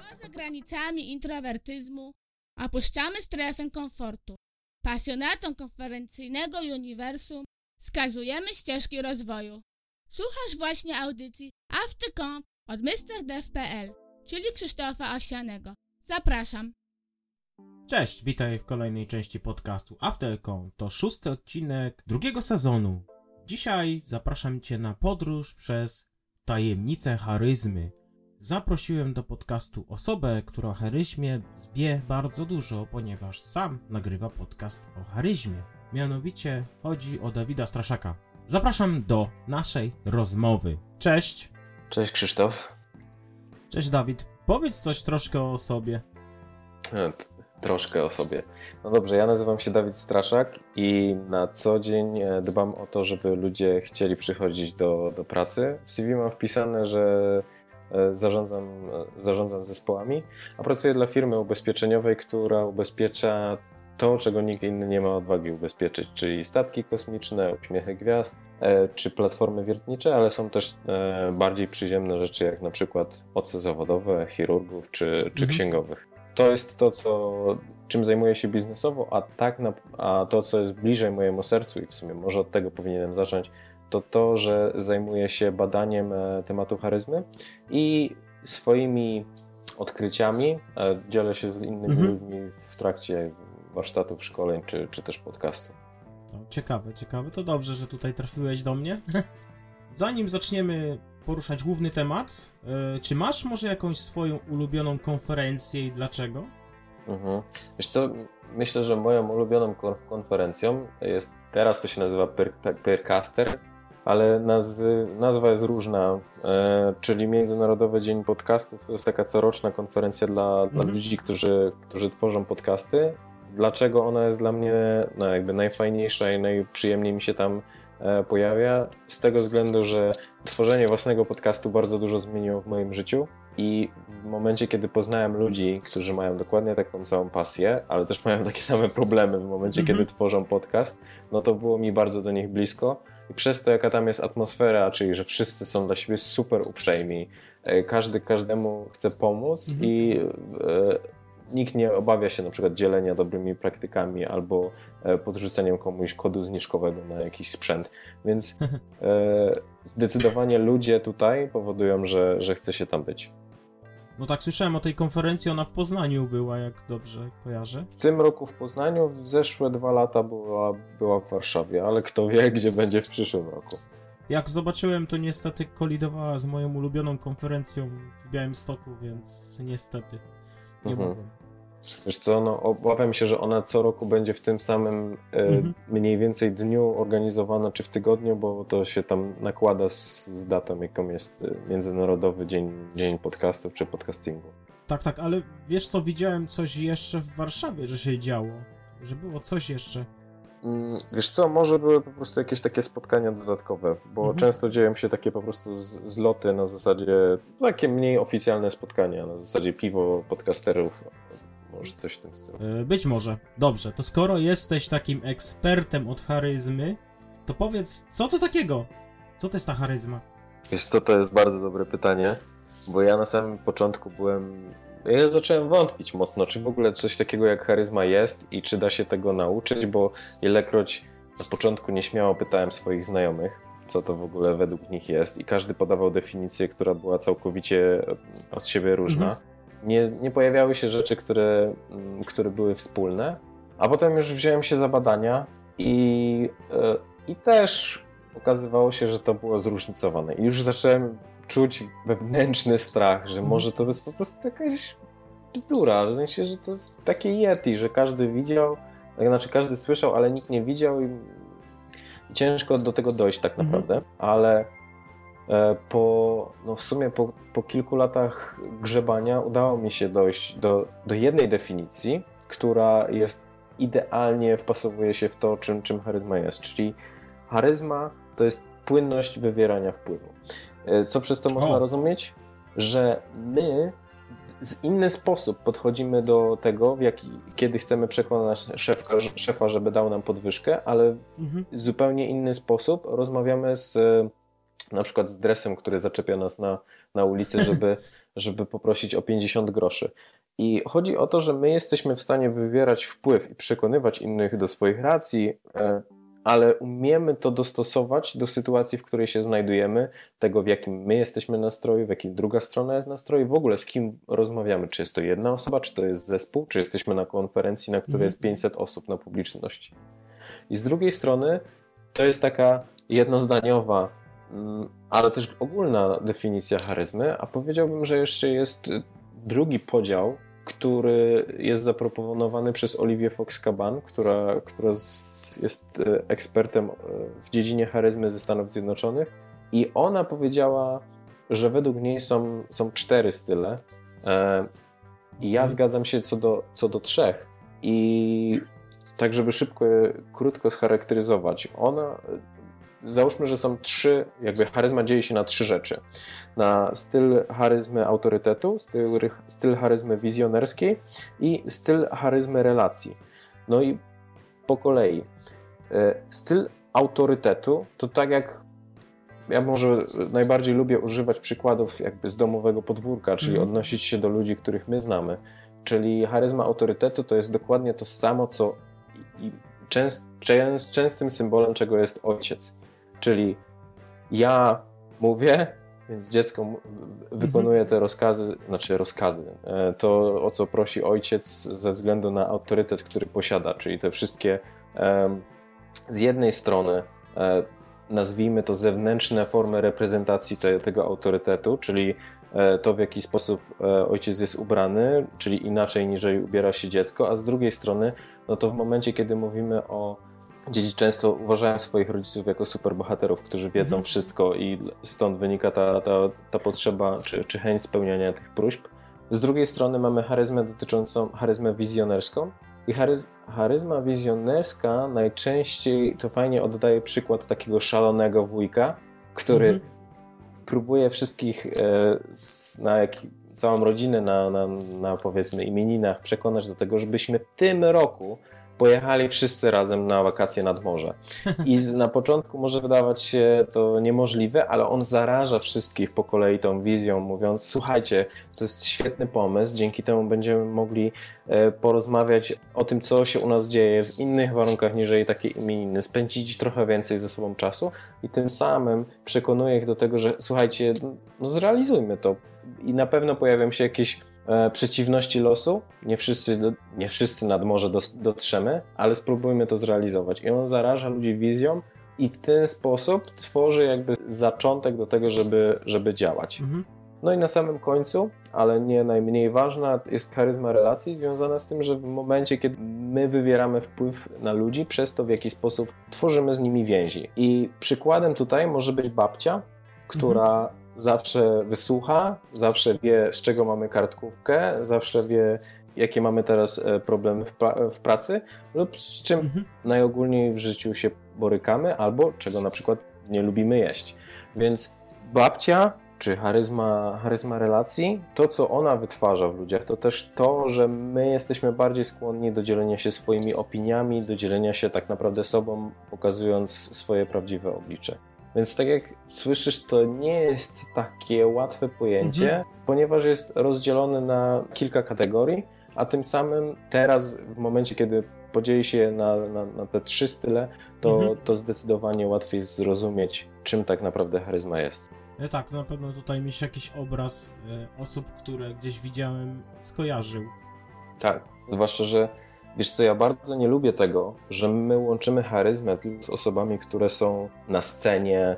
Poza granicami introwertyzmu opuszczamy strefę komfortu. Pasjonatom konferencyjnego uniwersum wskazujemy ścieżki rozwoju. Słuchasz właśnie audycji AfterConf od MrDev.pl, czyli Krzysztofa Osianego. Zapraszam. Cześć, witaj w kolejnej części podcastu AfterConf. To 6. odcinek drugiego sezonu. Dzisiaj zapraszam Cię na podróż przez tajemnice charyzmy. Zaprosiłem do podcastu osobę, która o charyzmie wie bardzo dużo, ponieważ sam nagrywa podcast o charyzmie. Mianowicie chodzi o Dawida Straszaka. Zapraszam do naszej rozmowy. Cześć! Cześć Krzysztof. Cześć Dawid. Powiedz coś troszkę o sobie. Troszkę o sobie. No dobrze, ja nazywam się Dawid Straszak i na co dzień dbam o to, żeby ludzie chcieli przychodzić do pracy. W CV mam wpisane, że zarządzam zespołami, a pracuję dla firmy ubezpieczeniowej, która ubezpiecza to, czego nikt inny nie ma odwagi ubezpieczyć, czyli statki kosmiczne, uśmiechy gwiazd, czy platformy wiertnicze, ale są też bardziej przyziemne rzeczy, jak na przykład moce zawodowe, chirurgów czy księgowych. To jest to, czym zajmuję się biznesowo, a to, co jest bliżej mojemu sercu i w sumie może od tego powinienem zacząć, to, że zajmuję się badaniem tematu charyzmy i swoimi odkryciami dzielę się z innymi ludźmi w trakcie warsztatów, szkoleń czy też podcastu. Ciekawe. To dobrze, że tutaj trafiłeś do mnie. Zanim zaczniemy poruszać główny temat, czy masz może jakąś swoją ulubioną konferencję i dlaczego? Wiesz co, myślę, że moją ulubioną konferencją jest, teraz to się nazywa Peercaster, ale nazwa jest różna, czyli Międzynarodowy Dzień Podcastów. To jest taka coroczna konferencja dla ludzi, którzy tworzą podcasty. Dlaczego ona jest dla mnie jakby najfajniejsza i najprzyjemniej mi się tam pojawia? Z tego względu, że tworzenie własnego podcastu bardzo dużo zmieniło w moim życiu i w momencie, kiedy poznałem ludzi, którzy mają dokładnie taką samą pasję, ale też mają takie same problemy w momencie, kiedy tworzą podcast, no to było mi bardzo do nich blisko i przez to, jaka tam jest atmosfera, czyli że wszyscy są dla siebie super uprzejmi, każdy każdemu chce pomóc i nikt nie obawia się na przykład dzielenia dobrymi praktykami albo podrzuceniem komuś kodu zniżkowego na jakiś sprzęt. Więc zdecydowanie ludzie tutaj powodują, że chce się tam być. No tak, słyszałem o tej konferencji, ona w Poznaniu była, jak dobrze kojarzę. W tym roku w Poznaniu, w zeszłe 2 lata była w Warszawie, ale kto wie, gdzie będzie w przyszłym roku. Jak zobaczyłem, to niestety kolidowała z moją ulubioną konferencją w Białymstoku, więc niestety nie mogłem. Wiesz co, obawiam się, że ona co roku będzie w tym samym mniej więcej dniu organizowana, czy w tygodniu, bo to się tam nakłada z datą, jaką jest Międzynarodowy Dzień Podcastów czy podcastingu. Tak, ale wiesz co, widziałem coś jeszcze w Warszawie, że się działo, że było coś jeszcze. Wiesz co, może były po prostu jakieś takie spotkania dodatkowe, bo często dzieją się takie po prostu zloty na zasadzie, takie mniej oficjalne spotkania, na zasadzie piwo podcasterów. Może coś w tym stylu. Być może. Dobrze, to skoro jesteś takim ekspertem od charyzmy, to powiedz, co to takiego? Co to jest ta charyzma? Wiesz co, to jest bardzo dobre pytanie, bo ja na samym początku ja zacząłem wątpić mocno, czy w ogóle coś takiego jak charyzma jest i czy da się tego nauczyć, bo ilekroć na początku nieśmiało pytałem swoich znajomych, co to w ogóle według nich jest i każdy podawał definicję, która była całkowicie od siebie różna. Nie pojawiały się rzeczy, które były wspólne, a potem już wziąłem się za badania i też okazywało się, że to było zróżnicowane. I już zacząłem czuć wewnętrzny strach, że może to jest po prostu jakaś bzdura, w sensie, że to jest takie yeti, że każdy widział, znaczy każdy słyszał, ale nikt nie widział i ciężko do tego dojść tak naprawdę, ale w sumie po kilku latach grzebania udało mi się dojść do jednej definicji, która idealnie wpasowuje się w to, czym charyzma jest. Czyli charyzma to jest płynność wywierania wpływu. Co przez to można rozumieć? Że my w inny sposób podchodzimy do tego, kiedy chcemy przekonać szefa, żeby dał nam podwyżkę, ale w zupełnie inny sposób rozmawiamy z na przykład z dresem, który zaczepia nas na ulicy, żeby poprosić o 50 groszy. I chodzi o to, że my jesteśmy w stanie wywierać wpływ i przekonywać innych do swoich racji, ale umiemy to dostosować do sytuacji, w której się znajdujemy, tego w jakim my jesteśmy nastroju, w jakim druga strona jest nastroju, w ogóle z kim rozmawiamy, czy jest to jedna osoba, czy to jest zespół, czy jesteśmy na konferencji, na której jest 500 osób na publiczności. I z drugiej strony to jest taka jednozdaniowa, ale też ogólna definicja charyzmy, a powiedziałbym, że jeszcze jest drugi podział, który jest zaproponowany przez Olivię Fox-Cabane, która jest ekspertem w dziedzinie charyzmy ze Stanów Zjednoczonych i ona powiedziała, że według niej są 4 style i ja zgadzam się co do 3 i tak, żeby szybko, krótko scharakteryzować. Załóżmy, że są 3, jakby charyzma dzieje się na 3 rzeczy. Na styl charyzmy autorytetu, styl charyzmy wizjonerskiej i styl charyzmy relacji. No i po kolei. Styl autorytetu to tak jak ja może najbardziej lubię używać przykładów jakby z domowego podwórka, czyli odnosić się do ludzi, których my znamy. Czyli charyzma autorytetu to jest dokładnie to samo, co częstym symbolem czego jest ojciec. Czyli ja mówię, więc dziecko wykonuje te rozkazy, to o co prosi ojciec ze względu na autorytet, który posiada, czyli te wszystkie z jednej strony nazwijmy to zewnętrzne formy reprezentacji tego autorytetu, czyli to w jaki sposób ojciec jest ubrany, czyli inaczej niż ubiera się dziecko, a z drugiej strony no to w momencie, kiedy mówimy o dzieci często uważają swoich rodziców jako superbohaterów, którzy wiedzą wszystko i stąd wynika ta potrzeba czy chęć spełniania tych próśb. Z drugiej strony mamy charyzmę wizjonerską i charyzma wizjonerska najczęściej to fajnie oddaje przykład takiego szalonego wujka, który próbuje wszystkich całą rodzinę na powiedzmy imieninach przekonać do tego, żebyśmy w tym roku pojechali wszyscy razem na wakacje nad morze. I na początku może wydawać się to niemożliwe, ale on zaraża wszystkich po kolei tą wizją, mówiąc: słuchajcie, to jest świetny pomysł, dzięki temu będziemy mogli porozmawiać o tym, co się u nas dzieje w innych warunkach niż takie imieniny, spędzić trochę więcej ze sobą czasu i tym samym przekonuje ich do tego, że słuchajcie, no zrealizujmy to i na pewno pojawią się jakieś przeciwności losu, nie wszyscy nad morze dotrzemy, ale spróbujmy to zrealizować. I on zaraża ludzi wizją i w ten sposób tworzy jakby zaczątek do tego, żeby działać. No i na samym końcu, ale nie najmniej ważna, jest charyzma relacji związana z tym, że w momencie, kiedy my wywieramy wpływ na ludzi, przez to w jaki sposób tworzymy z nimi więzi. I przykładem tutaj może być babcia, która zawsze wysłucha, zawsze wie, z czego mamy kartkówkę, zawsze wie, jakie mamy teraz problemy w pracy lub z czym najogólniej w życiu się borykamy albo czego na przykład nie lubimy jeść. Więc babcia czy charyzma relacji, to co ona wytwarza w ludziach, to też to, że my jesteśmy bardziej skłonni do dzielenia się swoimi opiniami, do dzielenia się tak naprawdę sobą, pokazując swoje prawdziwe oblicze. Więc tak jak słyszysz, to nie jest takie łatwe pojęcie, ponieważ jest rozdzielone na kilka kategorii, a tym samym teraz w momencie, kiedy podzieli się na te 3 style, to zdecydowanie łatwiej zrozumieć, czym tak naprawdę charyzma jest. Tak, na pewno tutaj mi się jakiś obraz osób, które gdzieś widziałem, skojarzył. Tak, zwłaszcza, że wiesz co, ja bardzo nie lubię tego, że my łączymy charyzmę tylko z osobami, które są na scenie,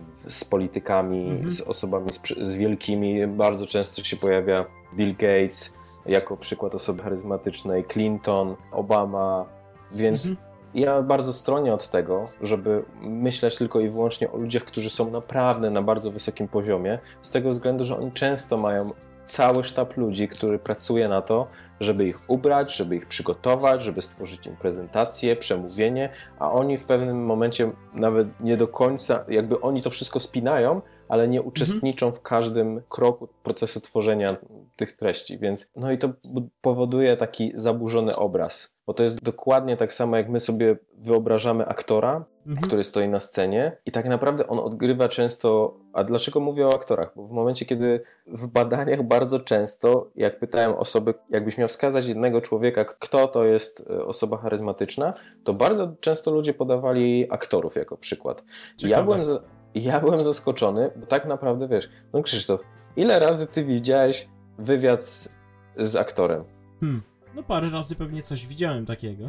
z politykami, z osobami z wielkimi. Bardzo często się pojawia Bill Gates jako przykład osoby charyzmatycznej, Clinton, Obama, więc ja bardzo stronię od tego, żeby myśleć tylko i wyłącznie o ludziach, którzy są naprawdę na bardzo wysokim poziomie, z tego względu, że oni często mają cały sztab ludzi, który pracuje na to, żeby ich ubrać, żeby ich przygotować, żeby stworzyć im prezentację, przemówienie, a oni w pewnym momencie nawet nie do końca, jakby oni to wszystko spinają, ale nie uczestniczą w każdym kroku procesu tworzenia tych treści, więc no i to powoduje taki zaburzony obraz, bo to jest dokładnie tak samo, jak my sobie wyobrażamy aktora, który stoi na scenie i tak naprawdę on odgrywa często, a dlaczego mówię o aktorach? Bo w momencie, kiedy w badaniach bardzo często, jak pytałem osoby, jakbyś miał wskazać jednego człowieka, kto to jest osoba charyzmatyczna, to bardzo często ludzie podawali aktorów jako przykład. Ja byłem zaskoczony, bo tak naprawdę wiesz, no Krzysztof, ile razy ty widziałeś wywiad z aktorem? No parę razy pewnie coś widziałem takiego.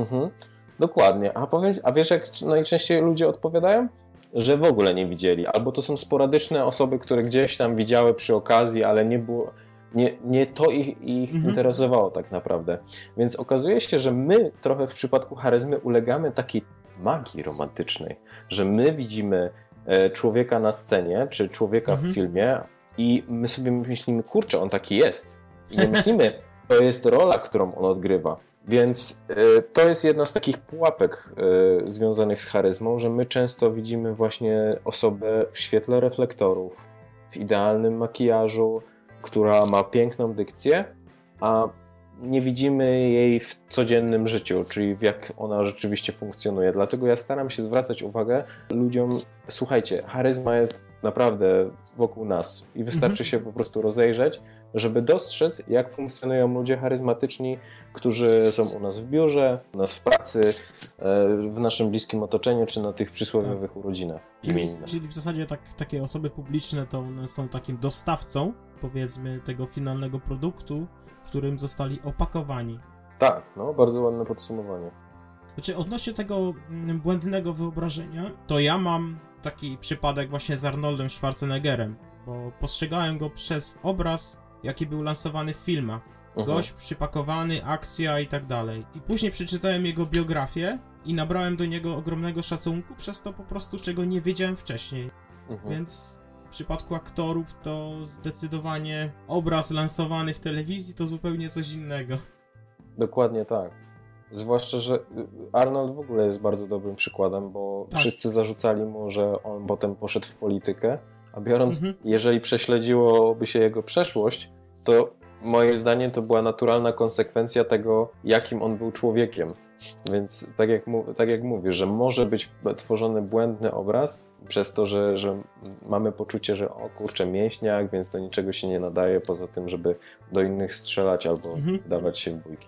Dokładnie. A wiesz, jak najczęściej ludzie odpowiadają? Że w ogóle nie widzieli. Albo to są sporadyczne osoby, które gdzieś tam widziały przy okazji, ale nie było... Nie to ich interesowało tak naprawdę. Więc okazuje się, że my trochę w przypadku charyzmy ulegamy takiej magii romantycznej, że my widzimy człowieka na scenie, czy człowieka w filmie i my sobie myślimy, kurczę, on taki jest. I nie myślimy, to jest rola, którą on odgrywa. Więc to jest jedna z takich pułapek związanych z charyzmą, że my często widzimy właśnie osobę w świetle reflektorów, w idealnym makijażu, która ma piękną dykcję, a nie widzimy jej w codziennym życiu, czyli w jak ona rzeczywiście funkcjonuje. Dlatego ja staram się zwracać uwagę ludziom, słuchajcie, charyzma jest naprawdę wokół nas i wystarczy się po prostu rozejrzeć, żeby dostrzec, jak funkcjonują ludzie charyzmatyczni, którzy są u nas w biurze, u nas w pracy, w naszym bliskim otoczeniu, czy na tych przysłowiowych urodzinach imiennych. Czyli w zasadzie takie osoby publiczne to one są takim dostawcą, powiedzmy, tego finalnego produktu, którym zostali opakowani. Tak, no bardzo ładne podsumowanie. Znaczy, odnośnie tego błędnego wyobrażenia, to ja mam taki przypadek właśnie z Arnoldem Schwarzeneggerem, bo postrzegałem go przez obraz, jaki był lansowany w filmach. Gość przypakowany, akcja i tak dalej. I później przeczytałem jego biografię i nabrałem do niego ogromnego szacunku przez to po prostu, czego nie wiedziałem wcześniej. Więc w przypadku aktorów to zdecydowanie obraz lansowany w telewizji to zupełnie coś innego. Dokładnie tak. Zwłaszcza, że Arnold w ogóle jest bardzo dobrym przykładem, bo wszyscy zarzucali mu, że on potem poszedł w politykę, a biorąc, jeżeli prześledziłoby się jego przeszłość, to moim zdaniem to była naturalna konsekwencja tego, jakim on był człowiekiem. Więc tak jak mówisz, że może być tworzony błędny obraz przez to, że mamy poczucie, że o kurczę, mięśniak, więc do niczego się nie nadaje, poza tym, żeby do innych strzelać albo dawać się w bójki.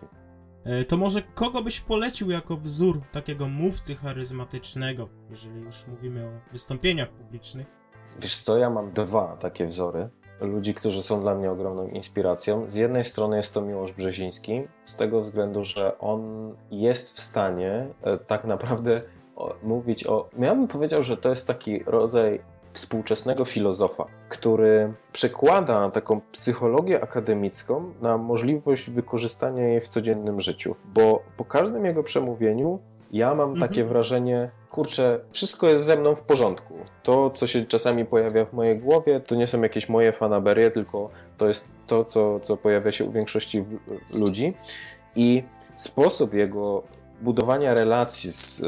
To może kogo byś polecił jako wzór takiego mówcy charyzmatycznego, jeżeli już mówimy o wystąpieniach publicznych? Wiesz co, ja mam dwa takie wzory. Ludzi, którzy są dla mnie ogromną inspiracją. Z jednej strony jest to Miłosz Brzeziński, z tego względu, że on jest w stanie tak naprawdę mówić o... Ja bym powiedział, że to jest taki rodzaj współczesnego filozofa, który przekłada taką psychologię akademicką na możliwość wykorzystania jej w codziennym życiu. Bo po każdym jego przemówieniu ja mam takie wrażenie, kurczę, wszystko jest ze mną w porządku. To, co się czasami pojawia w mojej głowie, to nie są jakieś moje fanaberie, tylko to jest to, co pojawia się u większości ludzi. I sposób jego budowania relacji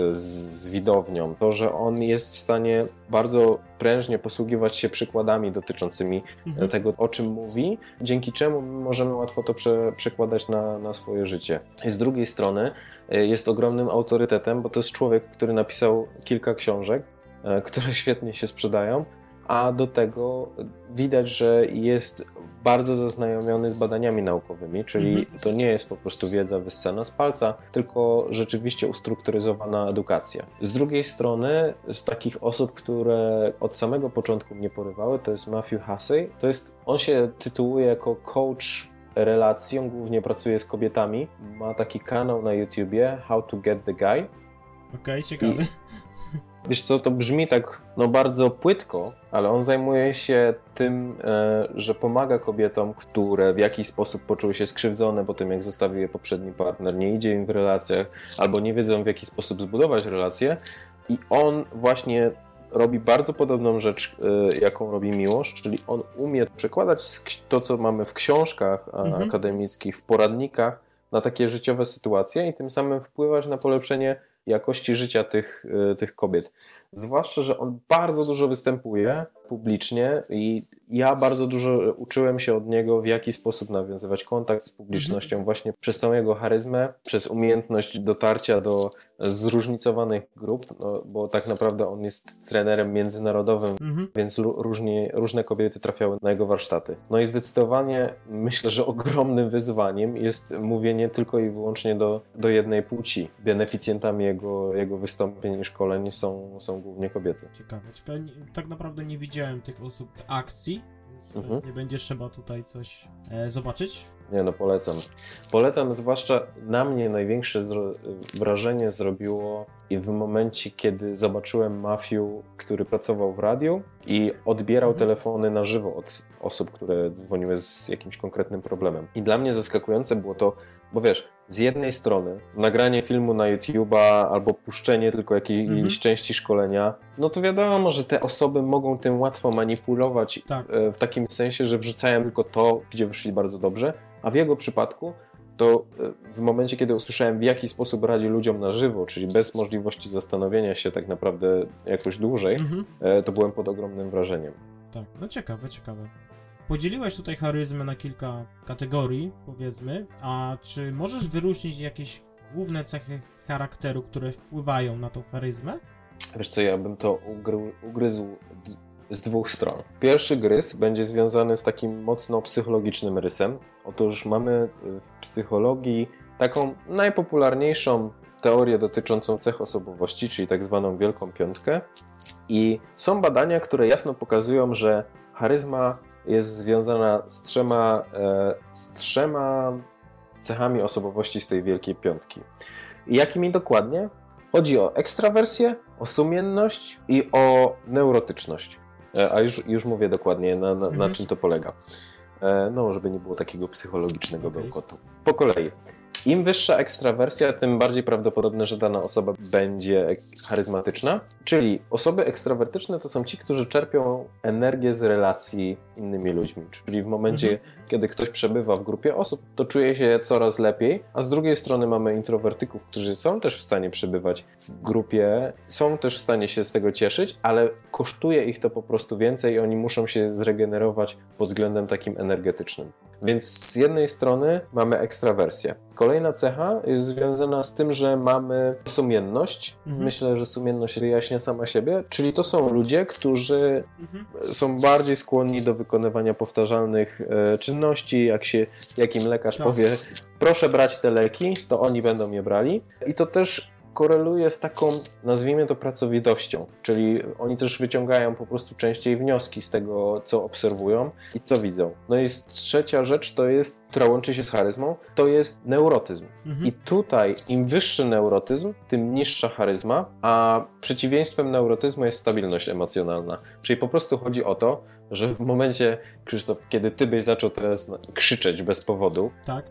z widownią, to, że on jest w stanie bardzo prężnie posługiwać się przykładami dotyczącymi tego, o czym mówi, dzięki czemu możemy łatwo to przekładać na swoje życie. I z drugiej strony jest ogromnym autorytetem, bo to jest człowiek, który napisał kilka książek, które świetnie się sprzedają, a do tego widać, że jest bardzo zaznajomiony z badaniami naukowymi, czyli to nie jest po prostu wiedza wyssana z palca, tylko rzeczywiście ustrukturyzowana edukacja. Z drugiej strony, z takich osób, które od samego początku mnie porywały, to jest Matthew Hussey. On się tytułuje jako coach relacji, on głównie pracuje z kobietami. Ma taki kanał na YouTubie, How to Get the Guy. Okej, ciekawe. Wiesz co, to brzmi tak bardzo płytko, ale on zajmuje się tym, że pomaga kobietom, które w jakiś sposób poczuły się skrzywdzone po tym, jak zostawił je poprzedni partner, nie idzie im w relacjach, albo nie wiedzą, w jaki sposób zbudować relacje. I on właśnie robi bardzo podobną rzecz, jaką robi Miłosz, czyli on umie przekładać to, co mamy w książkach akademickich, w poradnikach, na takie życiowe sytuacje i tym samym wpływać na polepszenie jakości życia tych kobiet. Zwłaszcza, że on bardzo dużo występuje publicznie i ja bardzo dużo uczyłem się od niego, w jaki sposób nawiązywać kontakt z publicznością właśnie przez tą jego charyzmę, przez umiejętność dotarcia do zróżnicowanych grup, no, bo tak naprawdę on jest trenerem międzynarodowym, więc różne kobiety trafiały na jego warsztaty. No i zdecydowanie myślę, że ogromnym wyzwaniem jest mówienie tylko i wyłącznie do jednej płci. Beneficjentami jego wystąpień i szkoleń są głównie kobiety. Ciekawe. Tak naprawdę nie widziałem tych osób w akcji, więc nie będzie trzeba tutaj coś zobaczyć. Nie no, polecam. Polecam, zwłaszcza na mnie największe wrażenie zrobiło i w momencie, kiedy zobaczyłem Matthew, który pracował w radiu i odbierał telefony na żywo od osób, które dzwoniły z jakimś konkretnym problemem. I dla mnie zaskakujące było to, bo wiesz, z jednej strony nagranie filmu na YouTube'a albo puszczenie tylko jakiejś części szkolenia, no to wiadomo, że te osoby mogą tym łatwo manipulować w takim sensie, że wrzucają tylko to, gdzie wyszli bardzo dobrze, a w jego przypadku to w momencie, kiedy usłyszałem, w jaki sposób radzi ludziom na żywo, czyli bez możliwości zastanowienia się tak naprawdę jakoś dłużej, to byłem pod ogromnym wrażeniem. Tak, no ciekawe. Podzieliłeś tutaj charyzmę na kilka kategorii, powiedzmy, a czy możesz wyróżnić jakieś główne cechy charakteru, które wpływają na tą charyzmę? Wiesz co, ja bym to ugryzł z dwóch stron. Pierwszy gryz będzie związany z takim mocno psychologicznym rysem. Otóż mamy w psychologii taką najpopularniejszą teorię dotyczącą cech osobowości, czyli tak zwaną Wielką Piątkę. I są badania, które jasno pokazują, że charyzma jest związana z trzema cechami osobowości z tej Wielkiej Piątki. I jakimi dokładnie? Chodzi o ekstrawersję, o sumienność i o neurotyczność. A już mówię dokładnie, na czym to polega. No, żeby nie było takiego psychologicznego bełkotu. Po kolei. Im wyższa ekstrawersja, tym bardziej prawdopodobne, że dana osoba będzie charyzmatyczna. Czyli osoby ekstrawertyczne to są ci, którzy czerpią energię z relacji z innymi ludźmi. Czyli w momencie, kiedy ktoś przebywa w grupie osób, to czuje się coraz lepiej, a z drugiej strony mamy introwertyków, którzy są też w stanie przebywać w grupie, są też w stanie się z tego cieszyć, ale kosztuje ich to po prostu więcej i oni muszą się zregenerować pod względem takim energetycznym. Więc z jednej strony mamy ekstrawersję. Kolejna cecha jest związana z tym, że mamy sumienność. Myślę, że sumienność wyjaśnia sama siebie, czyli to są ludzie, którzy są bardziej skłonni do wykonywania powtarzalnych czynności. Jak im lekarz powie, proszę brać te leki, to oni będą je brali. I to też koreluje z taką, nazwijmy to, pracowitością, czyli oni też wyciągają po prostu częściej wnioski z tego, co obserwują i co widzą. No i trzecia rzecz, która łączy się z charyzmą, to jest neurotyzm. I tutaj im wyższy neurotyzm, tym niższa charyzma, a przeciwieństwem neurotyzmu jest stabilność emocjonalna. Czyli po prostu chodzi o to, że w momencie, Krzysztof, kiedy ty byś zaczął teraz krzyczeć bez powodu, tak,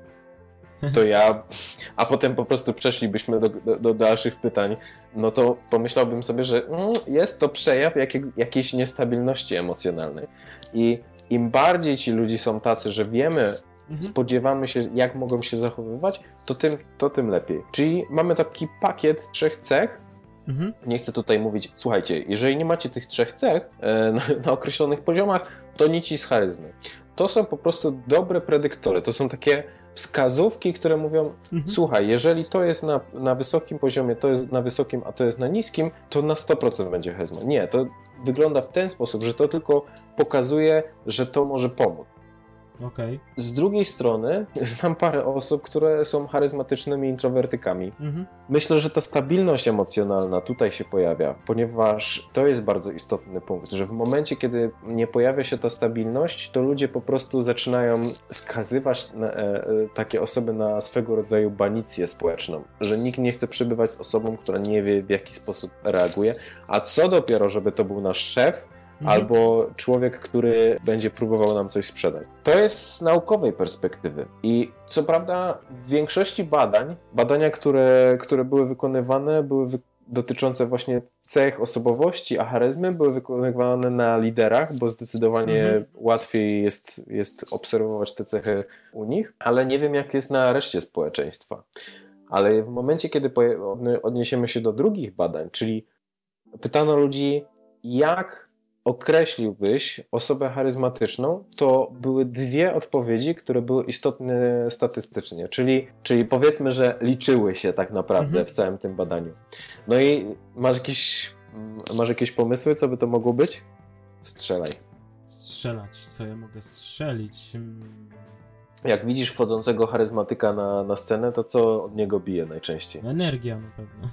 to ja, a potem po prostu przeszlibyśmy do dalszych pytań, no to pomyślałbym sobie, że jest to przejaw jakiejś niestabilności emocjonalnej. I im bardziej ci ludzie są tacy, że wiemy, spodziewamy się, jak mogą się zachowywać, to tym lepiej. Czyli mamy taki pakiet 3 cech. Nie chcę tutaj mówić, słuchajcie, jeżeli nie macie tych 3 cech na określonych poziomach, to nic z charyzmy. To są po prostu dobre predyktory, to są takie wskazówki, które mówią, słuchaj, jeżeli to jest na wysokim poziomie, to jest na wysokim, a to jest na niskim, to na 100% będzie charyzma. Nie, to wygląda w ten sposób, że to tylko pokazuje, że to może pomóc. Okay. Z drugiej strony znam parę osób, które są charyzmatycznymi introwertykami. Myślę, że ta stabilność emocjonalna tutaj się pojawia, ponieważ to jest bardzo istotny punkt, że w momencie, kiedy nie pojawia się ta stabilność, to ludzie po prostu zaczynają skazywać takie osoby na swego rodzaju banicję społeczną, że nikt nie chce przebywać z osobą, która nie wie, w jaki sposób reaguje, a co dopiero, żeby to był nasz szef, albo człowiek, który będzie próbował nam coś sprzedać. To jest z naukowej perspektywy. I co prawda w większości badania, które były wykonywane, dotyczące właśnie cech osobowości, a charyzmy, były wykonywane na liderach, bo zdecydowanie łatwiej jest obserwować te cechy u nich, ale nie wiem, jak jest na reszcie społeczeństwa. Ale w momencie, kiedy odniesiemy się do drugich badań, czyli pytano ludzi, jak określiłbyś osobę charyzmatyczną, to były dwie odpowiedzi, które były istotne statystycznie, czyli powiedzmy, że liczyły się tak naprawdę w całym tym badaniu. No i masz jakieś pomysły, co by to mogło być? Strzelaj. Strzelać, co ja mogę strzelić? Jak widzisz wchodzącego charyzmatyka na scenę, to co od niego bije najczęściej? Energia na pewno.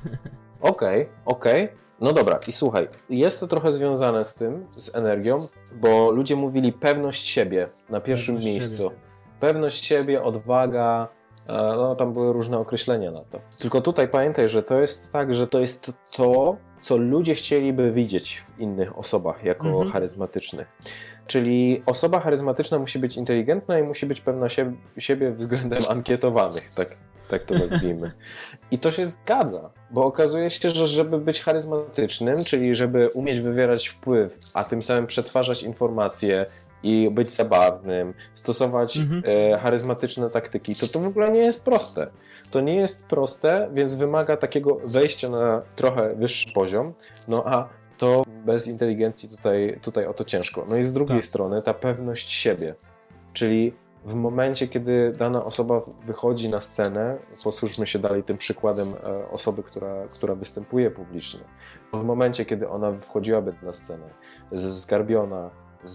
Okej. No dobra, i słuchaj, jest to trochę związane z tym, z energią, bo ludzie mówili pewność siebie na pierwszym miejscu. Pewność siebie, odwaga, no tam były różne określenia na to. Tylko tutaj pamiętaj, że to jest tak, że to jest to, co ludzie chcieliby widzieć w innych osobach jako charyzmatycznych. Czyli osoba charyzmatyczna musi być inteligentna i musi być pewna siebie względem ankietowanych, tak to nazwijmy. I to się zgadza, bo okazuje się, że żeby być charyzmatycznym, czyli żeby umieć wywierać wpływ, a tym samym przetwarzać informacje i być zabawnym, stosować charyzmatyczne taktyki, to w ogóle nie jest proste. To nie jest proste, więc wymaga takiego wejścia na trochę wyższy poziom, no a to bez inteligencji tutaj o to ciężko. No i z drugiej strony ta pewność siebie, czyli w momencie, kiedy dana osoba wychodzi na scenę, posłużmy się dalej tym przykładem osoby, która występuje publicznie, w momencie, kiedy ona wchodziłaby na scenę zgarbiona,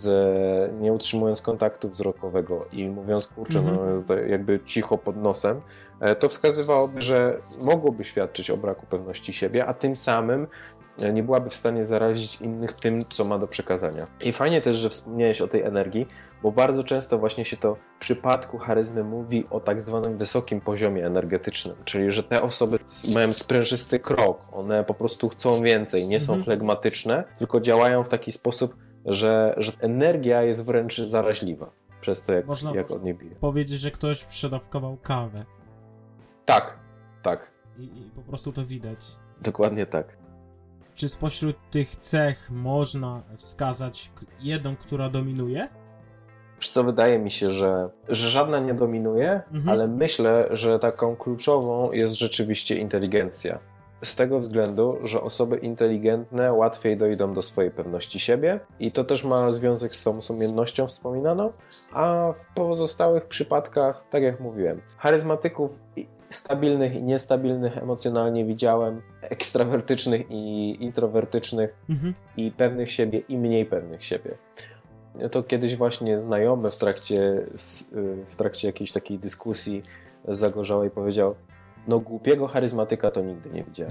nie utrzymując kontaktu wzrokowego i mówiąc, kurczę, no, jakby cicho pod nosem, to wskazywałoby, że mogłoby świadczyć o braku pewności siebie, a tym samym nie byłaby w stanie zarazić innych tym, co ma do przekazania. I fajnie też, że wspomniałeś o tej energii, bo bardzo często właśnie się to w przypadku charyzmy mówi o tak zwanym wysokim poziomie energetycznym, czyli że te osoby mają sprężysty krok, one po prostu chcą więcej, nie są flegmatyczne, tylko działają w taki sposób, że energia jest wręcz zaraźliwa przez to, jak od niej bije. Powiedzieć, że ktoś przedawkował kawę. Tak. I po prostu to widać. Dokładnie tak. Czy spośród tych cech można wskazać jedną, która dominuje? Wiesz co, wydaje mi się, że żadna nie dominuje, ale myślę, że taką kluczową jest rzeczywiście inteligencja. Z tego względu, że osoby inteligentne łatwiej dojdą do swojej pewności siebie i to też ma związek z tą sumiennością wspominaną, a w pozostałych przypadkach, tak jak mówiłem, charyzmatyków stabilnych i niestabilnych emocjonalnie widziałem, ekstrawertycznych i introwertycznych i pewnych siebie i mniej pewnych siebie. To kiedyś właśnie znajomy w trakcie jakiejś takiej dyskusji zagorzałej powiedział: no głupiego charyzmatyka to nigdy nie widziałem.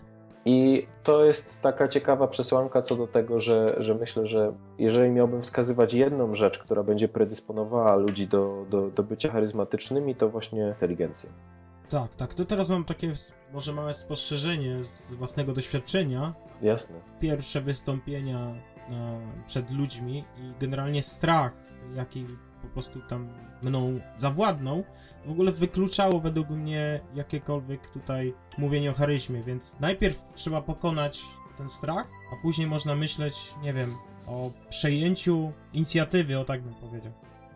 I to jest taka ciekawa przesłanka co do tego, że myślę, że jeżeli miałbym wskazywać jedną rzecz, która będzie predysponowała ludzi do bycia charyzmatycznymi, to właśnie inteligencja. Tak. To teraz mam takie może małe spostrzeżenie z własnego doświadczenia. Jasne. Pierwsze wystąpienia przed ludźmi i generalnie strach, jaki po prostu tam mną zawładnął, w ogóle wykluczało według mnie jakiekolwiek tutaj mówienie o charyzmie, więc najpierw trzeba pokonać ten strach, a później można myśleć, nie wiem, o przejęciu inicjatywy, o tak bym powiedział.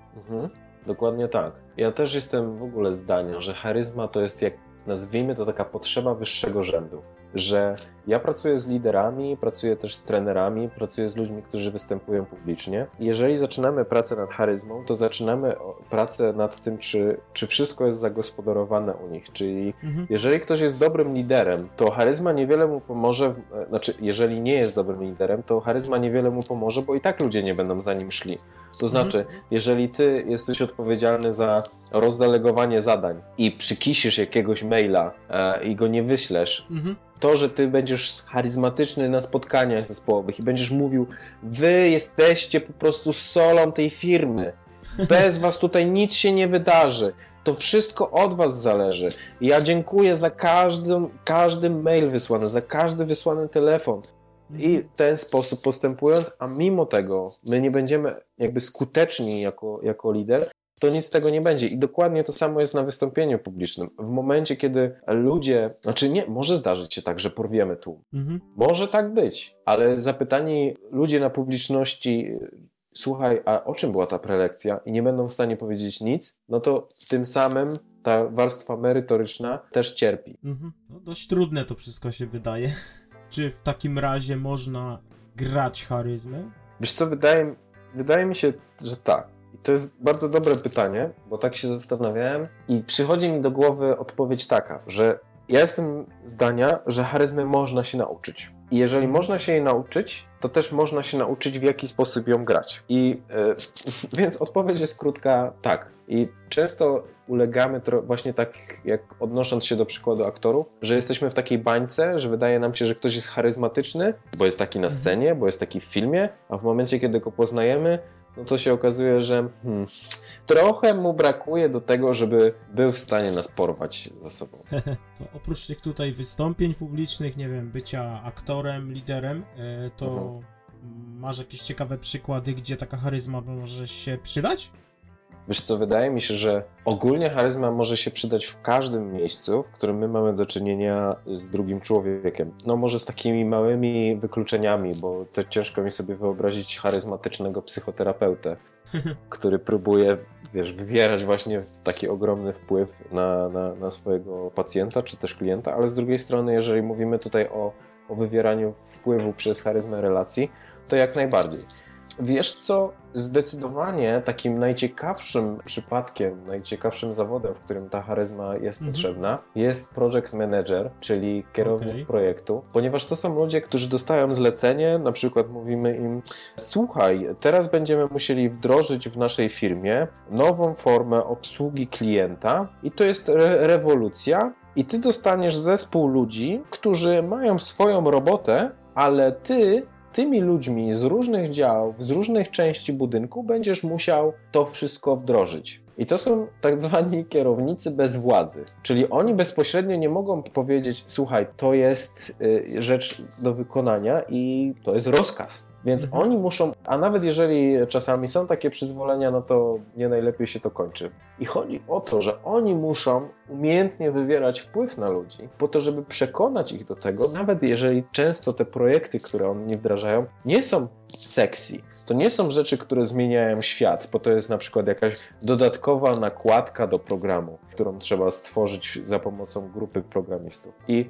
Dokładnie tak. Ja też jestem w ogóle zdania, że charyzma to jest, jak nazwijmy to, taka potrzeba wyższego rzędu, że ja pracuję z liderami, pracuję też z trenerami, pracuję z ludźmi, którzy występują publicznie. Jeżeli zaczynamy pracę nad charyzmą, to zaczynamy pracę nad tym, czy wszystko jest zagospodarowane u nich, czyli jeżeli ktoś jest dobrym liderem, to charyzma niewiele mu pomoże, jeżeli nie jest dobrym liderem, to charyzma niewiele mu pomoże, bo i tak ludzie nie będą za nim szli. To znaczy, jeżeli ty jesteś odpowiedzialny za rozdelegowanie zadań i przykisisz jakiegoś maila i go nie wyślesz, to, że ty będziesz charyzmatyczny na spotkaniach zespołowych i będziesz mówił: wy jesteście po prostu solą tej firmy, bez was tutaj nic się nie wydarzy, to wszystko od was zależy. Ja dziękuję za każdy mail wysłany, za każdy wysłany telefon. I w ten sposób postępując, a mimo tego my nie będziemy jakby skuteczni jako lider, to nic z tego nie będzie. I dokładnie to samo jest na wystąpieniu publicznym. W momencie, kiedy ludzie, może zdarzyć się tak, że porwiemy tłum. Może tak być, ale zapytani ludzie na publiczności: słuchaj, a o czym była ta prelekcja? I nie będą w stanie powiedzieć nic, no to tym samym ta warstwa merytoryczna też cierpi. No, dość trudne to wszystko się wydaje. Czy w takim razie można grać charyzmę? Wiesz co, wydaje mi się, że tak. I to jest bardzo dobre pytanie, bo tak się zastanawiałem i przychodzi mi do głowy odpowiedź taka, że ja jestem zdania, że charyzmy można się nauczyć. I jeżeli można się jej nauczyć, to też można się nauczyć, w jaki sposób ją grać. Więc odpowiedź jest krótka, tak. I często ulegamy właśnie tak, jak odnosząc się do przykładu aktorów, że jesteśmy w takiej bańce, że wydaje nam się, że ktoś jest charyzmatyczny, bo jest taki na scenie, bo jest taki w filmie, a w momencie, kiedy go poznajemy, no to się okazuje, że trochę mu brakuje do tego, żeby był w stanie nas porwać ze sobą. To oprócz tych tutaj wystąpień publicznych, nie wiem, bycia aktorem, liderem, to masz jakieś ciekawe przykłady, gdzie taka charyzma może się przydać? Wiesz co, wydaje mi się, że ogólnie charyzma może się przydać w każdym miejscu, w którym my mamy do czynienia z drugim człowiekiem. No może z takimi małymi wykluczeniami, bo to ciężko mi sobie wyobrazić charyzmatycznego psychoterapeutę, który próbuje, wywierać właśnie taki ogromny wpływ na swojego pacjenta czy też klienta, ale z drugiej strony, jeżeli mówimy tutaj o wywieraniu wpływu przez charyzmę relacji, to jak najbardziej. Wiesz co, zdecydowanie takim najciekawszym przypadkiem, najciekawszym zawodem, w którym ta charyzma jest potrzebna, jest project manager, czyli kierownik projektu, ponieważ to są ludzie, którzy dostają zlecenie, na przykład mówimy im: słuchaj, teraz będziemy musieli wdrożyć w naszej firmie nową formę obsługi klienta i to jest rewolucja i ty dostaniesz zespół ludzi, którzy mają swoją robotę, ale tymi ludźmi z różnych działów, z różnych części budynku będziesz musiał to wszystko wdrożyć. I to są tak zwani kierownicy bez władzy. Czyli oni bezpośrednio nie mogą powiedzieć: słuchaj, to jest rzecz do wykonania i to jest rozkaz. Więc oni muszą, a nawet jeżeli czasami są takie przyzwolenia, no to nie najlepiej się to kończy. I chodzi o to, że oni muszą umiejętnie wywierać wpływ na ludzi, po to, żeby przekonać ich do tego, nawet jeżeli często te projekty, które oni wdrażają, nie są sexy. To nie są rzeczy, które zmieniają świat, bo to jest na przykład jakaś dodatkowa nakładka do programu, którą trzeba stworzyć za pomocą grupy programistów. I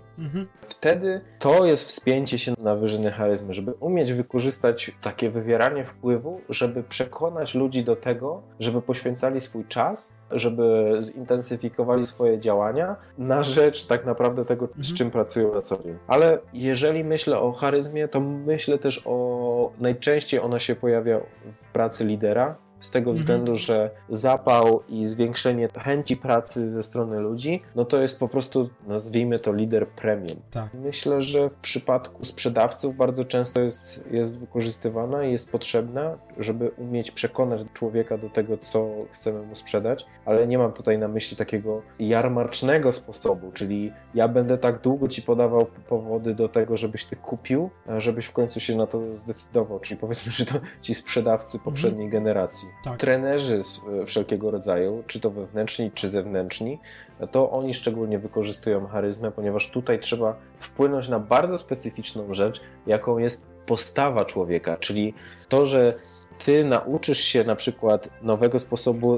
wtedy to jest wspięcie się na wyżyny charyzmy, żeby umieć wykorzystać takie wywieranie wpływu, żeby przekonać ludzi do tego, żeby poświęcali swój czas, żeby zintensyfikowali swoje działania na rzecz tak naprawdę tego, z czym pracują na co dzień. Ale jeżeli myślę o charyzmie, to myślę też najczęściej ona się pojawia w pracy lidera, z tego względu, że zapał i zwiększenie chęci pracy ze strony ludzi, no to jest po prostu, nazwijmy to, lider premium. Tak. Myślę, że w przypadku sprzedawców bardzo często jest wykorzystywana i jest potrzebna, żeby umieć przekonać człowieka do tego, co chcemy mu sprzedać, ale nie mam tutaj na myśli takiego jarmarcznego sposobu, czyli ja będę tak długo ci podawał powody do tego, żebyś ty kupił, żebyś w końcu się na to zdecydował, czyli powiedzmy, że to ci sprzedawcy poprzedniej generacji. Tak. Trenerzy wszelkiego rodzaju, czy to wewnętrzni, czy zewnętrzni, to oni szczególnie wykorzystują charyzmę, ponieważ tutaj trzeba wpłynąć na bardzo specyficzną rzecz, jaką jest postawa człowieka, czyli to, że ty nauczysz się na przykład nowego sposobu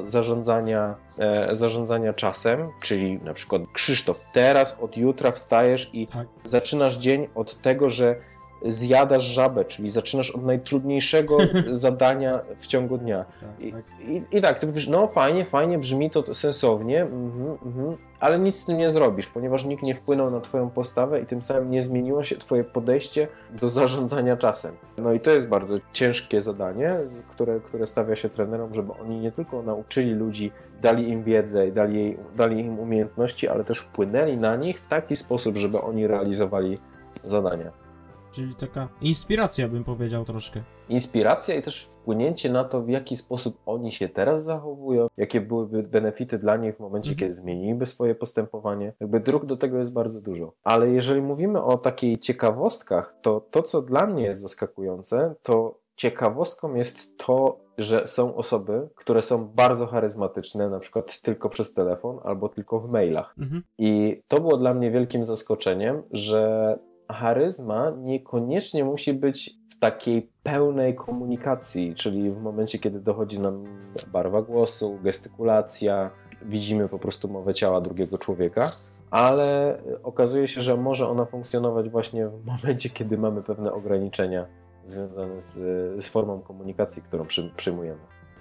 zarządzania czasem, czyli na przykład: Krzysztof, teraz od jutra wstajesz i zaczynasz dzień od tego, że zjadasz żabę, czyli zaczynasz od najtrudniejszego zadania w ciągu dnia. I tak, ty mówisz: no fajnie, brzmi to sensownie, ale nic z tym nie zrobisz, ponieważ nikt nie wpłynął na twoją postawę i tym samym nie zmieniło się twoje podejście do zarządzania czasem. No i to jest bardzo ciężkie zadanie, które stawia się trenerom, żeby oni nie tylko nauczyli ludzi, dali im wiedzę i dali im umiejętności, ale też wpłynęli na nich w taki sposób, żeby oni realizowali zadania. Czyli taka inspiracja, bym powiedział, troszkę. Inspiracja i też wpłynięcie na to, w jaki sposób oni się teraz zachowują, jakie byłyby benefity dla nich w momencie, kiedy zmieniliby swoje postępowanie. Jakby dróg do tego jest bardzo dużo. Ale jeżeli mówimy o takiej ciekawostkach, to co dla mnie jest zaskakujące, to ciekawostką jest to, że są osoby, które są bardzo charyzmatyczne, na przykład tylko przez telefon albo tylko w mailach. I to było dla mnie wielkim zaskoczeniem, że charyzma niekoniecznie musi być w takiej pełnej komunikacji, czyli w momencie, kiedy dochodzi nam barwa głosu, gestykulacja, widzimy po prostu mowę ciała drugiego człowieka, ale okazuje się, że może ona funkcjonować właśnie w momencie, kiedy mamy pewne ograniczenia związane z formą komunikacji, którą przyjmujemy.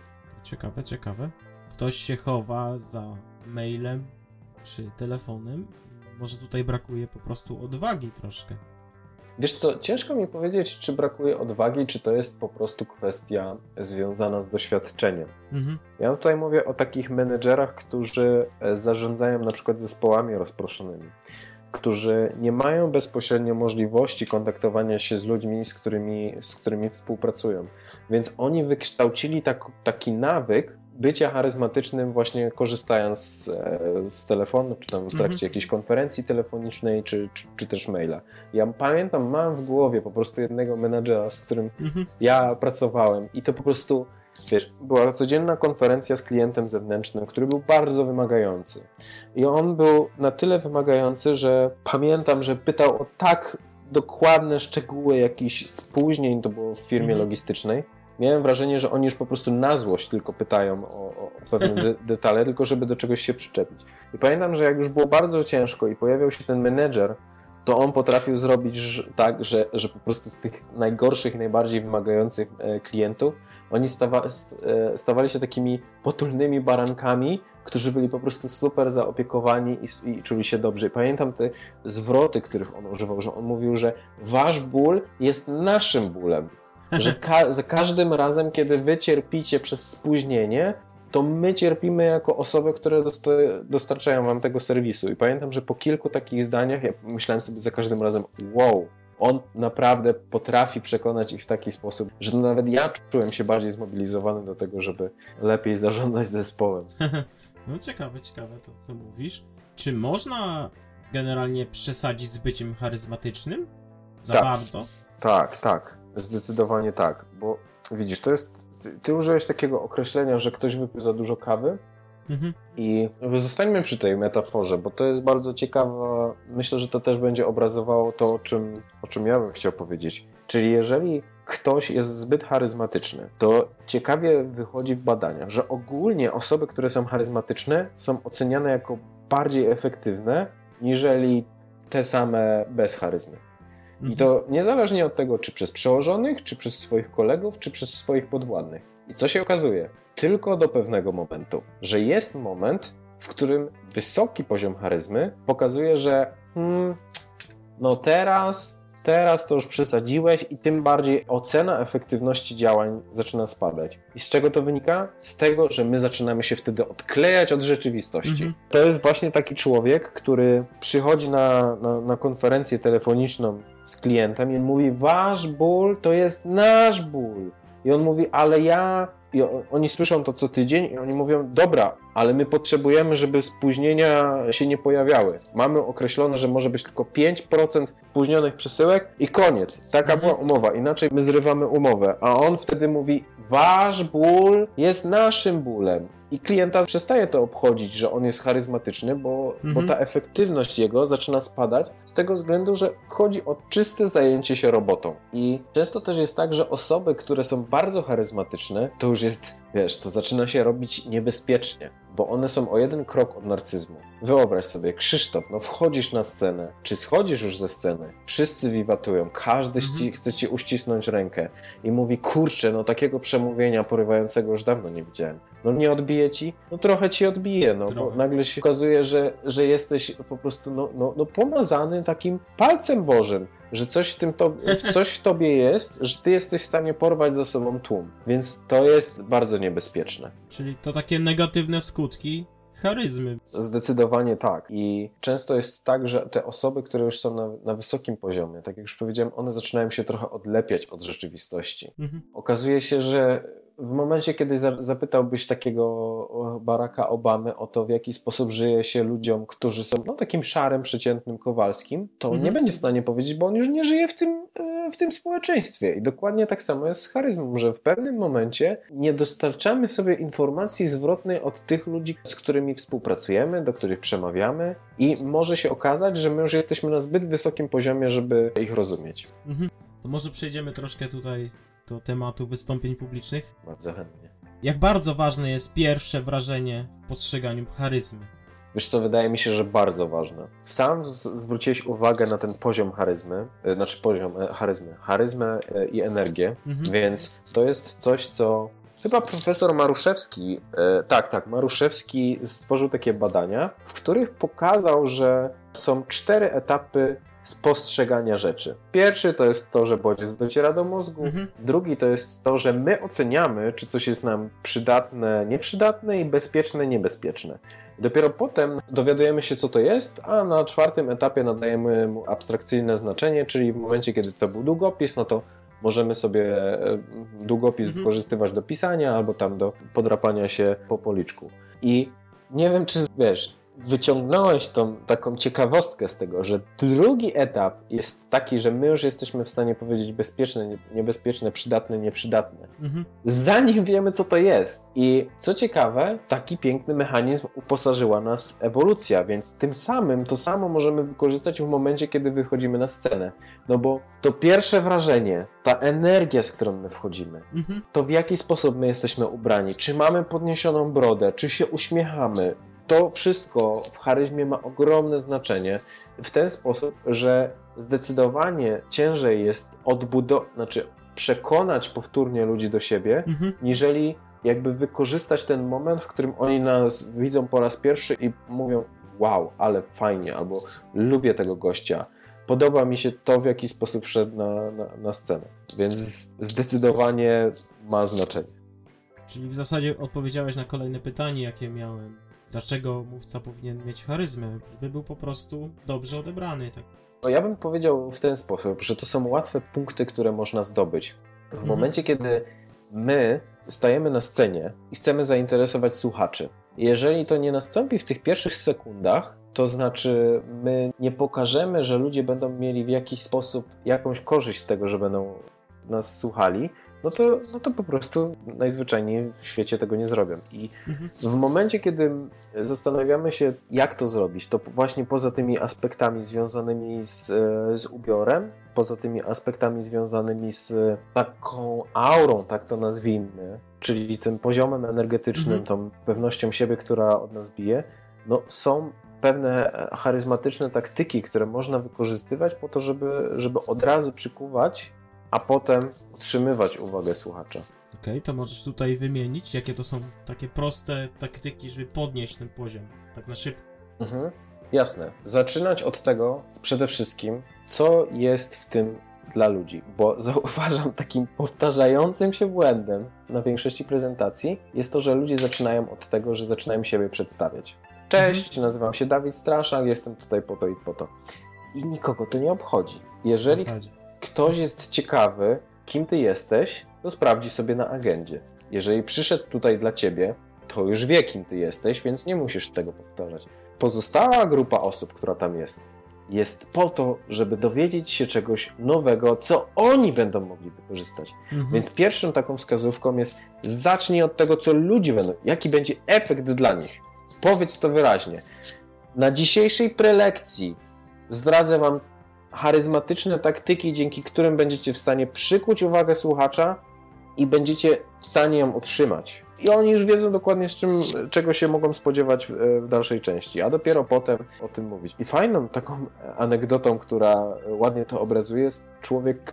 Ciekawe. Ktoś się chowa za mailem czy telefonem. Może tutaj brakuje po prostu odwagi troszkę. Wiesz co, ciężko mi powiedzieć, czy brakuje odwagi, czy to jest po prostu kwestia związana z doświadczeniem. Ja tutaj mówię o takich menedżerach, którzy zarządzają na przykład zespołami rozproszonymi, którzy nie mają bezpośrednio możliwości kontaktowania się z ludźmi, z którymi współpracują. Więc oni wykształcili taki nawyk bycia charyzmatycznym właśnie korzystając z telefonu, czy tam w trakcie jakiejś konferencji telefonicznej, czy też maila. Ja pamiętam, mam w głowie po prostu jednego menadżera, z którym ja pracowałem i to po prostu, wiesz, była codzienna konferencja z klientem zewnętrznym, który był bardzo wymagający. I on był na tyle wymagający, że pamiętam, że pytał o tak dokładne szczegóły jakichś spóźnień, to było w firmie logistycznej. Miałem wrażenie, że oni już po prostu na złość tylko pytają o pewne detale, tylko żeby do czegoś się przyczepić. I pamiętam, że jak już było bardzo ciężko i pojawiał się ten menedżer, to on potrafił zrobić tak, że po prostu z tych najgorszych i najbardziej wymagających klientów oni stawali się takimi potulnymi barankami, którzy byli po prostu super zaopiekowani i czuli się dobrze. I pamiętam te zwroty, których on używał, że on mówił, że wasz ból jest naszym bólem. Że za każdym razem, kiedy wy cierpicie przez spóźnienie, to my cierpimy jako osoby, które dostarczają wam tego serwisu. I pamiętam, że po kilku takich zdaniach ja myślałem sobie za każdym razem, wow, on naprawdę potrafi przekonać ich w taki sposób, że nawet ja czułem się bardziej zmobilizowany do tego, żeby lepiej zarządzać zespołem. No ciekawe to, co mówisz. Czy można generalnie przesadzić z byciem charyzmatycznym? Za bardzo? Tak. Zdecydowanie tak, bo widzisz, to jest, ty użyłeś takiego określenia, że ktoś wypił za dużo kawy i zostańmy przy tej metaforze, bo to jest bardzo ciekawe, myślę, że to też będzie obrazowało to, o czym ja bym chciał powiedzieć. Czyli jeżeli ktoś jest zbyt charyzmatyczny, to ciekawie wychodzi w badaniach, że ogólnie osoby, które są charyzmatyczne, są oceniane jako bardziej efektywne, niżeli te same bez charyzmy. I to niezależnie od tego, czy przez przełożonych, czy przez swoich kolegów, czy przez swoich podwładnych. I co się okazuje? Tylko do pewnego momentu, że jest moment, w którym wysoki poziom charyzmy pokazuje, że no teraz to już przesadziłeś i tym bardziej ocena efektywności działań zaczyna spadać. I z czego to wynika? Z tego, że my zaczynamy się wtedy odklejać od rzeczywistości. To jest właśnie taki człowiek, który przychodzi na konferencję telefoniczną z klientem i on mówi, wasz ból to jest nasz ból. I on mówi, ale I oni słyszą to co tydzień i oni mówią, dobra, ale my potrzebujemy, żeby spóźnienia się nie pojawiały. Mamy określone, że może być tylko 5% spóźnionych przesyłek i koniec. Taka była umowa, inaczej my zrywamy umowę. A on wtedy mówi, wasz ból jest naszym bólem. I klienta przestaje to obchodzić, że on jest charyzmatyczny, bo ta efektywność jego zaczyna spadać z tego względu, że chodzi o czyste zajęcie się robotą. I często też jest tak, że osoby, które są bardzo charyzmatyczne, to już jest, wiesz, to zaczyna się robić niebezpiecznie, bo one są o jeden krok od narcyzmu. Wyobraź sobie, Krzysztof, no wchodzisz na scenę, czy schodzisz już ze sceny, wszyscy wiwatują, każdy chce ci uścisnąć rękę i mówi, kurczę, no takiego przemówienia porywającego już dawno nie widziałem. No nie odbije ci? No trochę ci odbije, no bo nagle się okazuje, że jesteś po prostu no pomazany takim palcem Bożym, że coś w tobie jest, że ty jesteś w stanie porwać za sobą tłum. Więc to jest bardzo niebezpieczne. Czyli to takie negatywne skutki charyzmy. Zdecydowanie tak. I często jest tak, że te osoby, które już są na wysokim poziomie, tak jak już powiedziałem, one zaczynają się trochę odlepiać od rzeczywistości. Okazuje się, że w momencie, kiedy zapytałbyś takiego Baracka Obamy o to, w jaki sposób żyje się ludziom, którzy są takim szarym, przeciętnym Kowalskim, to on nie będzie w stanie powiedzieć, bo on już nie żyje w tym społeczeństwie. I dokładnie tak samo jest z charyzmą, że w pewnym momencie nie dostarczamy sobie informacji zwrotnej od tych ludzi, z którymi współpracujemy, do których przemawiamy i może się okazać, że my już jesteśmy na zbyt wysokim poziomie, żeby ich rozumieć. To może przejdziemy troszkę tutaj do tematu wystąpień publicznych. Bardzo chętnie. Jak bardzo ważne jest pierwsze wrażenie w postrzeganiu charyzmy? Wiesz co, wydaje mi się, że bardzo ważne. Sam zwróciłeś uwagę na ten poziom charyzmy, charyzmę i energię, więc to jest coś, co chyba profesor Maruszewski, Maruszewski stworzył takie badania, w których pokazał, że są 4 etapy spostrzegania rzeczy. Pierwszy to jest to, że bodziec dociera do mózgu. Drugi to jest to, że my oceniamy, czy coś jest nam przydatne, nieprzydatne i bezpieczne, niebezpieczne. I dopiero potem dowiadujemy się, co to jest, a na 4. etapie nadajemy mu abstrakcyjne znaczenie, czyli w momencie, kiedy to był długopis, no to możemy sobie długopis wykorzystywać do pisania albo tam do podrapania się po policzku. I nie wiem, czy wiesz, wyciągnąłeś tą taką ciekawostkę z tego, że drugi etap jest taki, że my już jesteśmy w stanie powiedzieć bezpieczne, niebezpieczne, przydatne, nieprzydatne. Zanim wiemy, co to jest. I co ciekawe, taki piękny mechanizm uposażyła nas ewolucja, więc tym samym to samo możemy wykorzystać w momencie, kiedy wychodzimy na scenę. No bo to pierwsze wrażenie, ta energia, z którą my wchodzimy, to w jaki sposób my jesteśmy ubrani, czy mamy podniesioną brodę, czy się uśmiechamy, to wszystko w charyzmie ma ogromne znaczenie w ten sposób, że zdecydowanie ciężej jest przekonać powtórnie ludzi do siebie, niżeli jakby wykorzystać ten moment, w którym oni nas widzą po raz pierwszy i mówią: wow, ale fajnie, albo lubię tego gościa, podoba mi się to, w jaki sposób szedł na scenę. Więc zdecydowanie ma znaczenie. Czyli w zasadzie odpowiedziałeś na kolejne pytanie, jakie miałem. Dlaczego mówca powinien mieć charyzmę? Żeby był po prostu dobrze odebrany. Tak? No ja bym powiedział w ten sposób, że to są łatwe punkty, które można zdobyć. W momencie, kiedy my stajemy na scenie i chcemy zainteresować słuchaczy, jeżeli to nie nastąpi w tych pierwszych sekundach, to znaczy my nie pokażemy, że ludzie będą mieli w jakiś sposób jakąś korzyść z tego, że będą nas słuchali, no to po prostu najzwyczajniej w świecie tego nie zrobią. I w momencie, kiedy zastanawiamy się, jak to zrobić, to właśnie poza tymi aspektami związanymi z ubiorem, poza tymi aspektami związanymi z taką aurą, tak to nazwijmy, czyli tym poziomem energetycznym, tą pewnością siebie, która od nas bije, no są pewne charyzmatyczne taktyki, które można wykorzystywać po to, żeby od razu przykuwać, a potem utrzymywać uwagę słuchacza. Okej, to możesz tutaj wymienić, jakie to są takie proste taktyki, żeby podnieść ten poziom, tak na szybko. Jasne. Zaczynać od tego przede wszystkim, co jest w tym dla ludzi, bo zauważam takim powtarzającym się błędem na większości prezentacji jest to, że ludzie zaczynają od tego, że zaczynają siebie przedstawiać. Cześć, nazywam się Dawid Straszak, jestem tutaj po to i po to. I nikogo to nie obchodzi. Jeżeli ktoś jest ciekawy, kim ty jesteś, to sprawdzi sobie na agendzie. Jeżeli przyszedł tutaj dla ciebie, to już wie, kim ty jesteś, więc nie musisz tego powtarzać. Pozostała grupa osób, która tam jest po to, żeby dowiedzieć się czegoś nowego, co oni będą mogli wykorzystać. Więc pierwszą taką wskazówką jest: zacznij od tego, co ludzie będą, jaki będzie efekt dla nich. Powiedz to wyraźnie. Na dzisiejszej prelekcji zdradzę wam charyzmatyczne taktyki, dzięki którym będziecie w stanie przykuć uwagę słuchacza i będziecie w stanie ją utrzymać. I oni już wiedzą dokładnie, czego się mogą spodziewać w dalszej części, a dopiero potem o tym mówić. I fajną taką anegdotą, która ładnie to obrazuje, jest człowiek,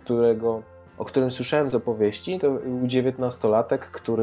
o którym słyszałem z opowieści. To był 19-latek,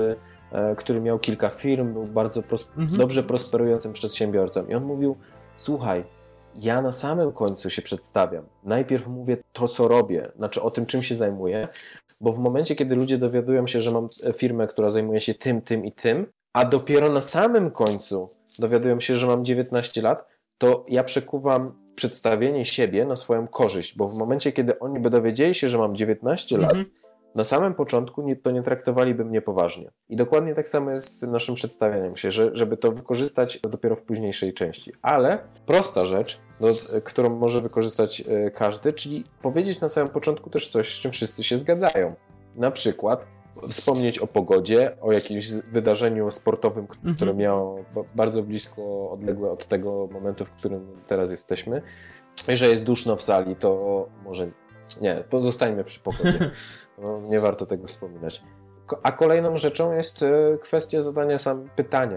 który miał kilka firm, był bardzo dobrze prosperującym przedsiębiorcą. I on mówił: słuchaj, ja na samym końcu się przedstawiam. Najpierw mówię to, co robię, znaczy o tym, czym się zajmuję, bo w momencie, kiedy ludzie dowiadują się, że mam firmę, która zajmuje się tym i tym, a dopiero na samym końcu dowiadują się, że mam 19 lat, to ja przekuwam przedstawienie siebie na swoją korzyść, bo w momencie, kiedy oni by dowiedzieli się, że mam 19 lat, na samym początku to nie traktowaliby mnie poważnie. I dokładnie tak samo jest z tym naszym przedstawianiem się, żeby to wykorzystać dopiero w późniejszej części. Ale prosta rzecz, którą może wykorzystać każdy, czyli powiedzieć na samym początku też coś, z czym wszyscy się zgadzają. Na przykład wspomnieć o pogodzie, o jakimś wydarzeniu sportowym, które miało bardzo blisko odległe od tego momentu, w którym teraz jesteśmy. Jeżeli jest duszno w sali, to może nie, pozostańmy przy pogodzie. No, nie warto tego wspominać. A kolejną rzeczą jest kwestia zadania sam pytania.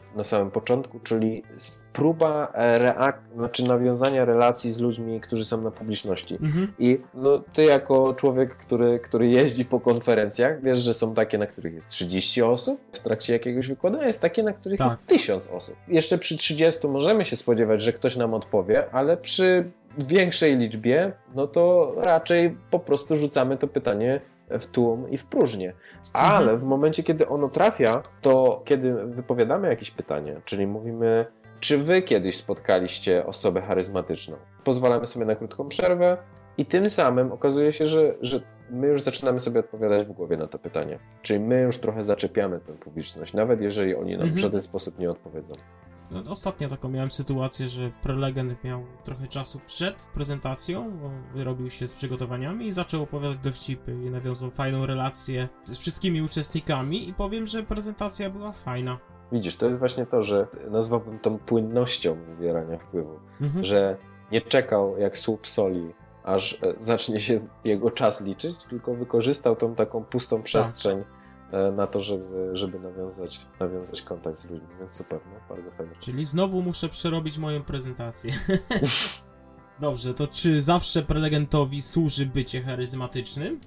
na samym początku, czyli próba nawiązania relacji z ludźmi, którzy są na publiczności. I no, ty jako człowiek, który jeździ po konferencjach, wiesz, że są takie, na których jest 30 osób w trakcie jakiegoś wykładu, a jest takie, na których jest 1000 osób. Jeszcze przy 30 możemy się spodziewać, że ktoś nam odpowie, ale przy większej liczbie, no to raczej po prostu rzucamy to pytanie w tłum i w próżnię. Ale w momencie, kiedy ono trafia, to kiedy wypowiadamy jakieś pytanie, czyli mówimy, czy wy kiedyś spotkaliście osobę charyzmatyczną? Pozwalamy sobie na krótką przerwę i tym samym okazuje się, że my już zaczynamy sobie odpowiadać w głowie na to pytanie. Czyli my już trochę zaczepiamy tę publiczność, nawet jeżeli oni nam w żaden sposób nie odpowiedzą. Ostatnio taką miałem sytuację, że prelegent miał trochę czasu przed prezentacją, bo wyrobił się z przygotowaniami i zaczął opowiadać dowcipy i nawiązał fajną relację z wszystkimi uczestnikami i powiem, że prezentacja była fajna. Widzisz, to jest właśnie to, że nazwałbym tą płynnością wywierania wpływu, że nie czekał jak słup soli, aż zacznie się jego czas liczyć, tylko wykorzystał tą taką pustą przestrzeń na to, żeby nawiązać kontakt z ludźmi, więc super, no, bardzo fajnie. Czyli znowu muszę przerobić moją prezentację. Dobrze, to czy zawsze prelegentowi służy bycie charyzmatycznym?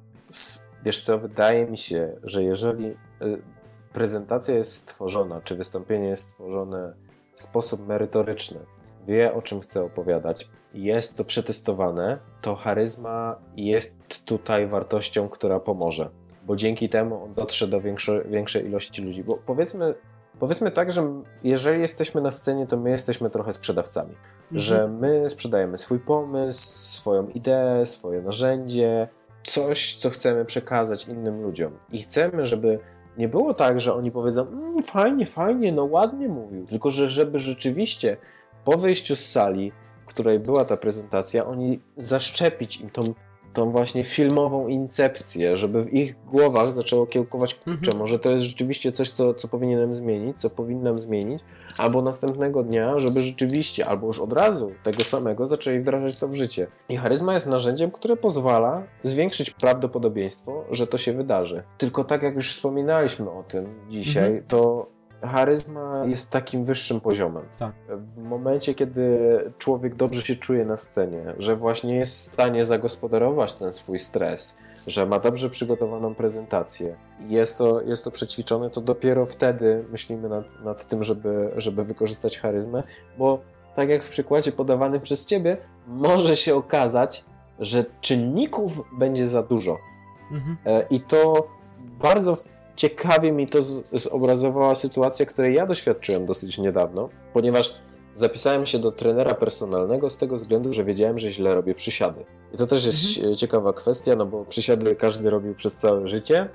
Wiesz co, wydaje mi się, że jeżeli prezentacja jest stworzona, czy wystąpienie jest stworzone w sposób merytoryczny, wie o czym chce opowiadać, jest to przetestowane, to charyzma jest tutaj wartością, która pomoże. Bo dzięki temu on dotrze do większej ilości ludzi. Bo powiedzmy tak, że jeżeli jesteśmy na scenie, to my jesteśmy trochę sprzedawcami. Że my sprzedajemy swój pomysł, swoją ideę, swoje narzędzie, coś, co chcemy przekazać innym ludziom. I chcemy, żeby nie było tak, że oni powiedzą fajnie, no ładnie mówił. Tylko, żeby rzeczywiście po wyjściu z sali, w której była ta prezentacja, oni zaszczepić im tą właśnie filmową incepcję, żeby w ich głowach zaczęło kiełkować, kurczę, może to jest rzeczywiście coś, co powinienem zmienić, co powinnam zmienić, albo następnego dnia, żeby rzeczywiście, albo już od razu tego samego zaczęli wdrażać to w życie. I charyzma jest narzędziem, które pozwala zwiększyć prawdopodobieństwo, że to się wydarzy. Tylko tak jak już wspominaliśmy o tym dzisiaj, to charyzma jest takim wyższym poziomem. Tak. W momencie, kiedy człowiek dobrze się czuje na scenie, że właśnie jest w stanie zagospodarować ten swój stres, że ma dobrze przygotowaną prezentację, jest to przećwiczone, to dopiero wtedy myślimy nad tym, żeby wykorzystać charyzmę, bo tak jak w przykładzie podawanym przez ciebie, może się okazać, że czynników będzie za dużo. I to bardzo ciekawie mi to zobrazowała sytuacja, której ja doświadczyłem dosyć niedawno, ponieważ zapisałem się do trenera personalnego z tego względu, że wiedziałem, że źle robię przysiady. I to też jest ciekawa kwestia, no bo przysiady każdy robił przez całe życie,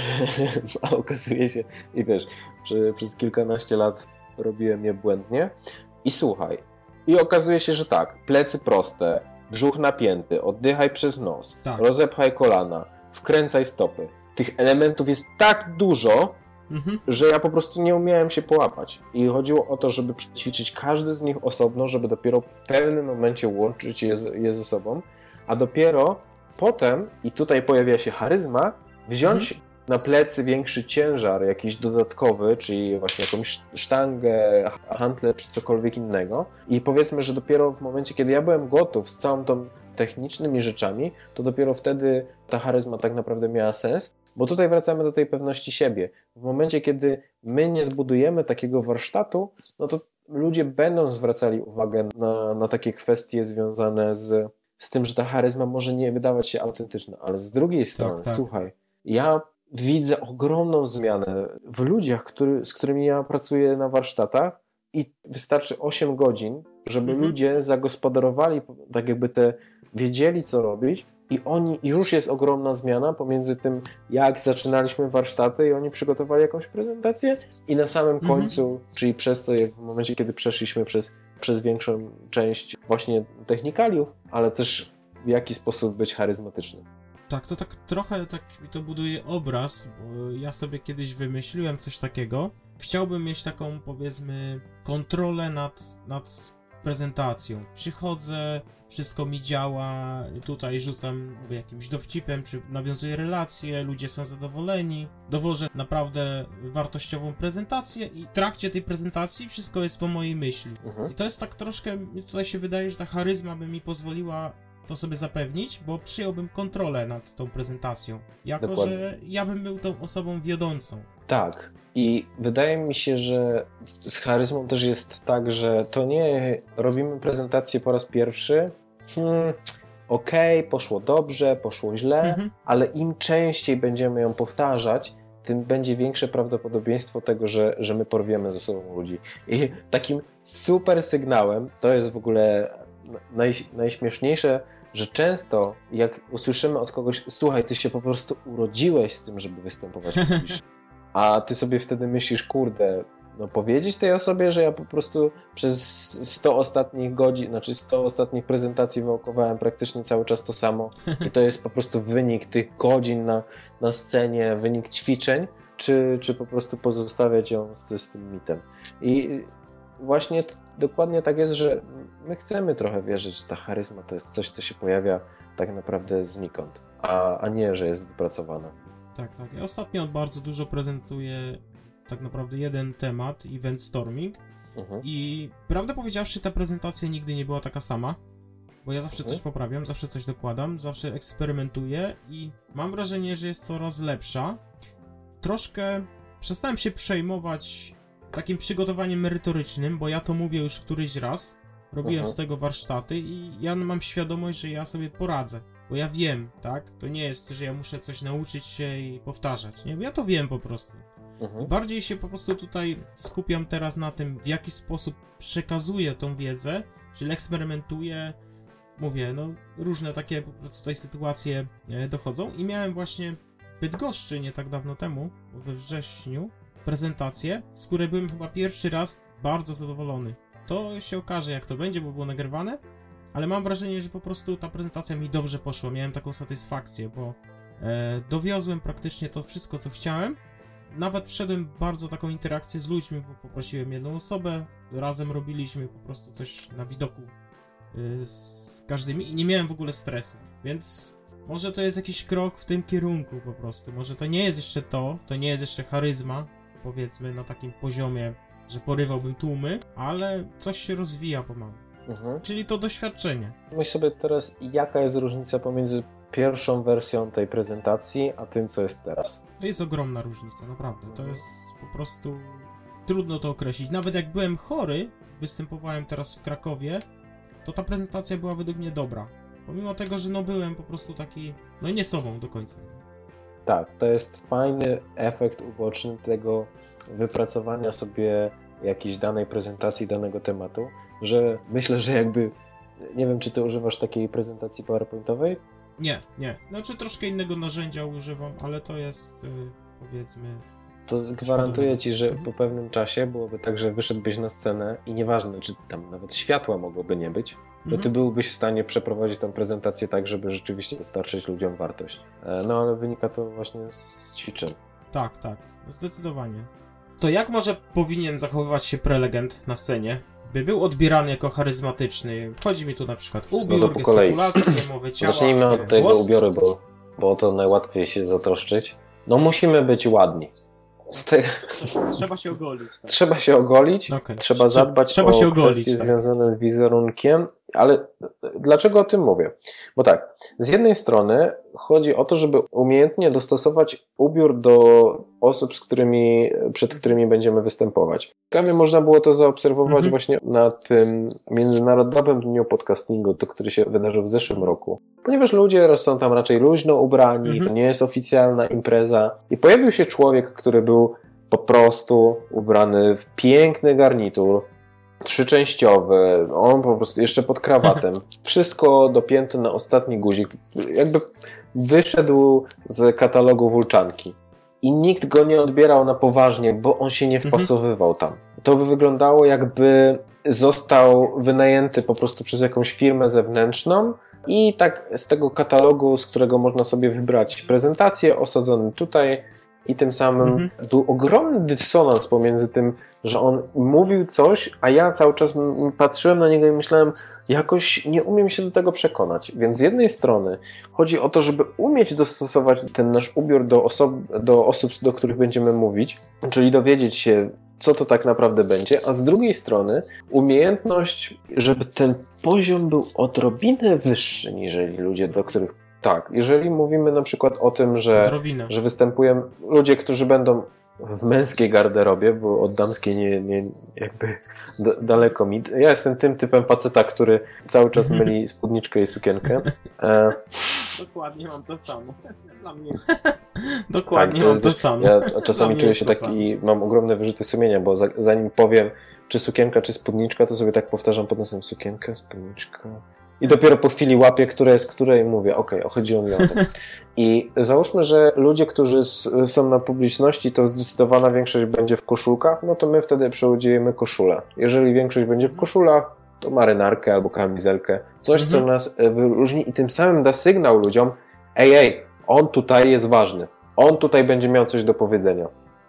a okazuje się, i wiesz, przez kilkanaście lat robiłem je błędnie. I słuchaj, i okazuje się, że tak, plecy proste, brzuch napięty, oddychaj przez nos, rozepchaj kolana, wkręcaj stopy. Tych elementów jest tak dużo, że ja po prostu nie umiałem się połapać. I chodziło o to, żeby ćwiczyć każdy z nich osobno, żeby dopiero w pewnym momencie łączyć je ze sobą, a dopiero potem, i tutaj pojawia się charyzma, wziąć na plecy większy ciężar, jakiś dodatkowy, czyli właśnie jakąś sztangę, hantle czy cokolwiek innego. I powiedzmy, że dopiero w momencie, kiedy ja byłem gotów z całą tą technicznymi rzeczami, to dopiero wtedy ta charyzma tak naprawdę miała sens, bo tutaj wracamy do tej pewności siebie. W momencie, kiedy my nie zbudujemy takiego warsztatu, no to ludzie będą zwracali uwagę na takie kwestie związane z tym, że ta charyzma może nie wydawać się autentyczna, ale z drugiej strony, słuchaj, ja widzę ogromną zmianę w ludziach, z którymi ja pracuję na warsztatach i wystarczy 8 godzin, żeby ludzie zagospodarowali, tak jakby wiedzieli, co robić i już jest ogromna zmiana pomiędzy tym, jak zaczynaliśmy warsztaty i oni przygotowali jakąś prezentację i na samym końcu, czyli przez to, jak w momencie, kiedy przeszliśmy przez większą część właśnie technikaliów, ale też w jaki sposób być charyzmatycznym. Tak, to tak trochę mi to buduje obraz, bo ja sobie kiedyś wymyśliłem coś takiego. Chciałbym mieć taką, powiedzmy, kontrolę nad prezentacją. Przychodzę, wszystko mi działa, tutaj rzucam, mówię, jakimś dowcipem, czy nawiązuję relacje, ludzie są zadowoleni, dowożę naprawdę wartościową prezentację i w trakcie tej prezentacji wszystko jest po mojej myśli. I to jest tak troszkę, tutaj się wydaje, że ta charyzma by mi pozwoliła to sobie zapewnić, bo przyjąłbym kontrolę nad tą prezentacją, jako Dokładnie. że ja bym był tą osobą wiodącą. Tak. I wydaje mi się, że z charyzmą też jest tak, że to nie robimy prezentację po raz pierwszy. Okej, poszło dobrze, poszło źle, ale im częściej będziemy ją powtarzać, tym będzie większe prawdopodobieństwo tego, że my porwiemy ze sobą ludzi. I takim super sygnałem, to jest w ogóle najśmieszniejsze, że często jak usłyszymy od kogoś, słuchaj, ty się po prostu urodziłeś z tym, żeby występować publicznie. A ty sobie wtedy myślisz, kurde, no powiedzieć tej osobie, że ja po prostu przez 100 ostatnich godzin, znaczy 100 ostatnich prezentacji wałkowałem praktycznie cały czas to samo i to jest po prostu wynik tych godzin na scenie, wynik ćwiczeń, czy po prostu pozostawiać ją z tym mitem. I właśnie dokładnie tak jest, że my chcemy trochę wierzyć, że ta charyzma to jest coś, co się pojawia tak naprawdę znikąd, a nie, że jest wypracowana. Tak. Ja ostatnio bardzo dużo prezentuję tak naprawdę jeden temat, event storming. I prawdę powiedziawszy, ta prezentacja nigdy nie była taka sama, bo ja zawsze coś poprawiam, zawsze coś dokładam, zawsze eksperymentuję i mam wrażenie, że jest coraz lepsza. Troszkę przestałem się przejmować takim przygotowaniem merytorycznym, bo ja to mówię już któryś raz, robiłem z tego warsztaty i ja mam świadomość, że ja sobie poradzę. Bo ja wiem, tak? To nie jest, że ja muszę coś nauczyć się i powtarzać, nie? Bo ja to wiem po prostu. I bardziej się po prostu tutaj skupiam teraz na tym, w jaki sposób przekazuję tą wiedzę, czyli eksperymentuję, mówię, no różne takie tutaj sytuacje dochodzą i miałem właśnie w Bydgoszczy nie tak dawno temu, we wrześniu, prezentację, z której byłem chyba pierwszy raz bardzo zadowolony. To się okaże, jak to będzie, bo było nagrywane. Ale mam wrażenie, że po prostu ta prezentacja mi dobrze poszła, miałem taką satysfakcję, bo dowiozłem praktycznie to wszystko, co chciałem. Nawet wszedłem bardzo taką interakcję z ludźmi, bo poprosiłem jedną osobę, razem robiliśmy po prostu coś na widoku z każdymi i nie miałem w ogóle stresu, więc może to jest jakiś krok w tym kierunku po prostu, może to nie jest jeszcze to nie jest jeszcze charyzma, powiedzmy na takim poziomie, że porywałbym tłumy, ale coś się rozwija pomału. Czyli to doświadczenie. Myśl sobie teraz, jaka jest różnica pomiędzy pierwszą wersją tej prezentacji, a tym, co jest teraz. To jest ogromna różnica, naprawdę. To jest po prostu... Trudno to określić. Nawet jak byłem chory, występowałem teraz w Krakowie, to ta prezentacja była według mnie dobra. Pomimo tego, że no byłem po prostu taki... No nie sobą do końca. Tak, to jest fajny efekt uboczny tego wypracowania sobie jakiejś danej prezentacji, danego tematu, że myślę, że jakby, nie wiem, czy ty używasz takiej prezentacji PowerPointowej? Nie. Znaczy troszkę innego narzędzia używam, ale to jest, powiedzmy... To gwarantuję ci, że po pewnym czasie byłoby tak, że wyszedłbyś na scenę i nieważne, czy tam nawet światła mogłoby nie być, to ty byłbyś w stanie przeprowadzić tę prezentację tak, żeby rzeczywiście dostarczyć ludziom wartość. No ale wynika to właśnie z ćwiczeń. Tak, zdecydowanie. To jak może powinien zachowywać się prelegent na scenie, by był odbierany jako charyzmatyczny? Chodzi mi tu na przykład ubiór, gestykulację, mowę ciała. Zacznijmy od tego ubioru, bo to najłatwiej się zatroszczyć. No musimy być ładni. Trzeba się ogolić. Tak. Trzeba się ogolić, trzeba zadbać o kwestie związane z wizerunkiem, ale dlaczego o tym mówię? Bo tak, z jednej strony chodzi o to, żeby umiejętnie dostosować ubiór do osób, przed którymi będziemy występować. Ciekawie można było to zaobserwować właśnie na tym Międzynarodowym Dniu Podcastingu, który się wydarzył w zeszłym roku. Ponieważ ludzie są tam raczej luźno ubrani, to nie jest oficjalna impreza i pojawił się człowiek, który był po prostu ubrany w piękny garnitur, 3-częściowy, on po prostu jeszcze pod krawatem, wszystko dopięte na ostatni guzik, jakby wyszedł z katalogu Wulczanki. I nikt go nie odbierał na poważnie, bo on się nie wpasowywał tam. To by wyglądało, jakby został wynajęty po prostu przez jakąś firmę zewnętrzną i tak z tego katalogu, z którego można sobie wybrać prezentację, osadzony tutaj, i tym samym był ogromny dysonans pomiędzy tym, że on mówił coś, a ja cały czas patrzyłem na niego i myślałem, jakoś nie umiem się do tego przekonać. Więc z jednej strony chodzi o to, żeby umieć dostosować ten nasz ubiór do osób, do których będziemy mówić, czyli dowiedzieć się, co to tak naprawdę będzie, a z drugiej strony umiejętność, żeby ten poziom był odrobinę wyższy niż ludzie, do których... Tak, jeżeli mówimy na przykład o tym, że występują ludzie, którzy będą w męskiej garderobie, bo od damskiej nie jakby daleko mi. Ja jestem tym typem faceta, który cały czas myli spódniczkę i sukienkę. Dokładnie mam to samo. Dla mnie jest to samo. Dokładnie tak, mam to samo. Ja czasami czuję się tak i mam ogromne wyrzuty sumienia, bo zanim powiem, czy sukienka, czy spódniczka, to sobie tak powtarzam pod nosem sukienka, spódniczka. I dopiero po chwili łapię, która jest która i mówię, okej, chodziło mi o to. I załóżmy, że ludzie, którzy są na publiczności, to zdecydowana większość będzie w koszulkach, no to my wtedy przeodziejemy koszulę. Jeżeli większość będzie w koszulach, to marynarkę albo kamizelkę. Coś, co nas wyróżni i tym samym da sygnał ludziom, ej, on tutaj jest ważny. On tutaj będzie miał coś do powiedzenia.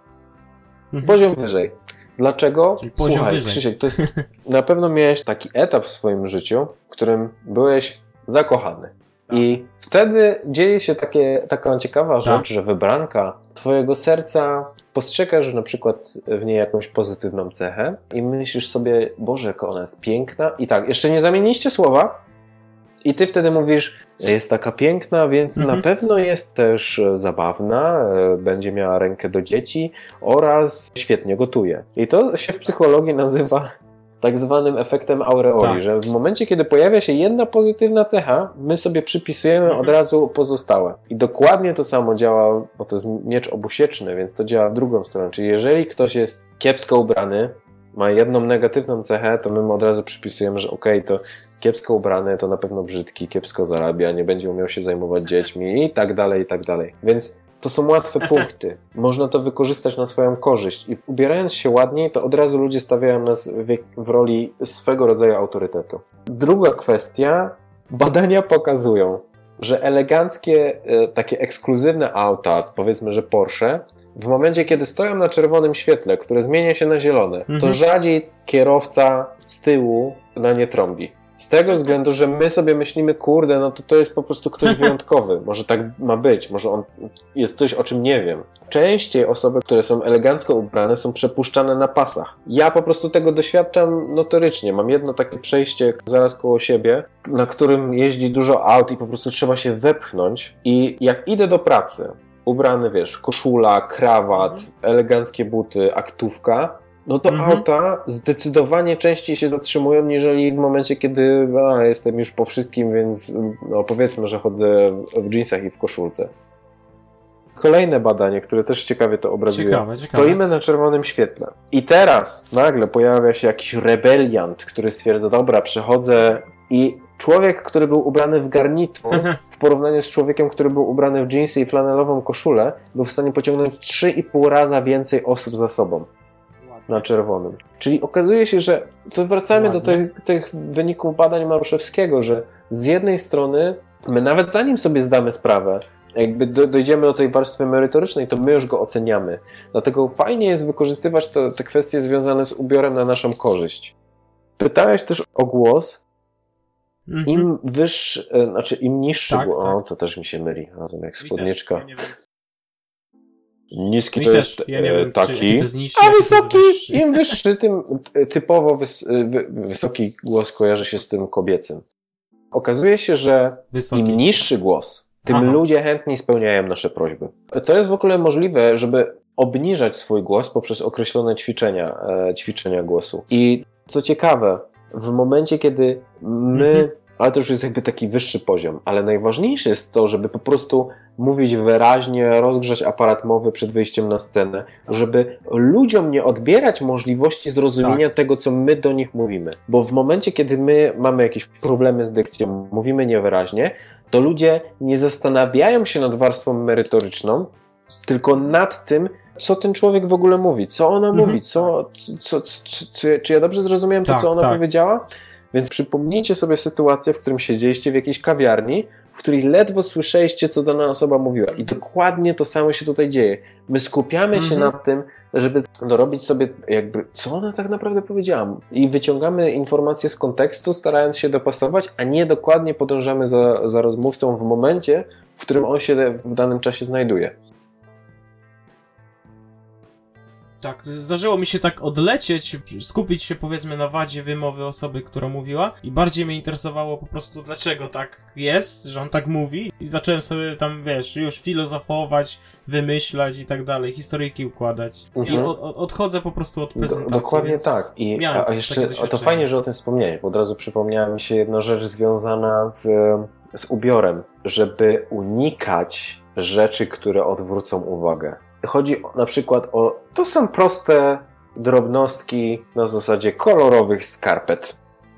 Poziom wyżej. Dlaczego? Słuchaj, Krzysiek, to jest, na pewno miałeś taki etap w swoim życiu, w którym byłeś zakochany. I wtedy dzieje się taka ciekawa rzecz, że wybranka twojego serca postrzegasz na przykład w niej jakąś pozytywną cechę i myślisz sobie, Boże, jaka ona jest piękna. I tak, jeszcze nie zamieniliście słowa i ty wtedy mówisz, jest taka piękna, więc na pewno jest też zabawna, będzie miała rękę do dzieci oraz świetnie gotuje. I to się w psychologii nazywa tak zwanym efektem aureoli, że w momencie, kiedy pojawia się jedna pozytywna cecha, my sobie przypisujemy od razu pozostałe. I dokładnie to samo działa, bo to jest miecz obusieczny, więc to działa w drugą stronę. Czyli jeżeli ktoś jest kiepsko ubrany, ma jedną negatywną cechę, to my od razu przypisujemy, że to kiepsko ubrany, to na pewno brzydki, kiepsko zarabia, nie będzie umiał się zajmować dziećmi i tak dalej, i tak dalej. Więc to są łatwe punkty. Można to wykorzystać na swoją korzyść. I ubierając się ładniej, to od razu ludzie stawiają nas w roli swego rodzaju autorytetu. Druga kwestia. Badania pokazują, że eleganckie, takie ekskluzywne auta, powiedzmy, że Porsche, w momencie, kiedy stoją na czerwonym świetle, które zmienia się na zielone, to rzadziej kierowca z tyłu na nie trąbi. Z tego względu, że my sobie myślimy, kurde, no to jest po prostu ktoś wyjątkowy. Może tak ma być, może on jest coś, o czym nie wiem. Częściej osoby, które są elegancko ubrane, są przepuszczane na pasach. Ja po prostu tego doświadczam notorycznie. Mam jedno takie przejście zaraz koło siebie, na którym jeździ dużo aut i po prostu trzeba się wepchnąć. I jak idę do pracy, ubrany, koszula, krawat, eleganckie buty, aktówka, no to auta zdecydowanie częściej się zatrzymują, niżeli w momencie, kiedy jestem już po wszystkim, więc powiedzmy, że chodzę w dżinsach i w koszulce. Kolejne badanie, które też ciekawie to obraziło. Ciekawe. Stoimy na czerwonym świetle. I teraz nagle pojawia się jakiś rebeliant, który stwierdza, dobra, przechodzę i człowiek, który był ubrany w garnitur, w porównaniu z człowiekiem, który był ubrany w dżinsy i flanelową koszulę, był w stanie pociągnąć 3,5 raza więcej osób za sobą. Na czerwonym. Czyli okazuje się, że wracamy do tych wyników badań Maruszewskiego, że z jednej strony my nawet zanim sobie zdamy sprawę, jakby dojdziemy do tej warstwy merytorycznej, to my już go oceniamy. Dlatego fajnie jest wykorzystywać te kwestie związane z ubiorem na naszą korzyść. Pytałeś też o głos. Im wyższy, im niższy głos, to też mi się myli, razem jak spódniczka. Niski to jest taki, a wysoki, im wyższy, tym typowo wysoki głos kojarzy się z tym kobiecym. Okazuje się, że im niższy głos, tym ludzie chętniej spełniają nasze prośby. To jest w ogóle możliwe, żeby obniżać swój głos poprzez określone ćwiczenia głosu. I co ciekawe, w momencie, kiedy my, ale to już jest jakby taki wyższy poziom, ale najważniejsze jest to, żeby po prostu mówić wyraźnie, rozgrzać aparat mowy przed wyjściem na scenę, żeby ludziom nie odbierać możliwości zrozumienia tego, co my do nich mówimy. Bo w momencie, kiedy my mamy jakieś problemy z dykcją, mówimy niewyraźnie, to ludzie nie zastanawiają się nad warstwą merytoryczną, tylko nad tym, co ten człowiek w ogóle mówi, co ona mówi, czy ja dobrze zrozumiałem to, co ona powiedziała? Więc przypomnijcie sobie sytuację, w którym siedzieliście w jakiejś kawiarni, w której ledwo słyszeliście, co dana osoba mówiła. I dokładnie to samo się tutaj dzieje. My skupiamy się na tym, żeby dorobić sobie jakby, co ona tak naprawdę powiedziała. I wyciągamy informacje z kontekstu, starając się dopasować, a nie dokładnie podążamy za rozmówcą w momencie, w którym on się w danym czasie znajduje. Tak, zdarzyło mi się tak odlecieć, skupić się powiedzmy na wadzie wymowy osoby, która mówiła i bardziej mnie interesowało po prostu dlaczego tak jest, że on tak mówi i zacząłem sobie tam, wiesz, już filozofować, wymyślać i tak dalej, historyjki układać i odchodzę po prostu od prezentacji. Dokładnie tak. A jeszcze to fajnie, że o tym wspomniałeś, bo od razu przypomniała mi się jedna rzecz związana z ubiorem, żeby unikać rzeczy, które odwrócą uwagę. Chodzi na przykład to są proste drobnostki na zasadzie kolorowych skarpet.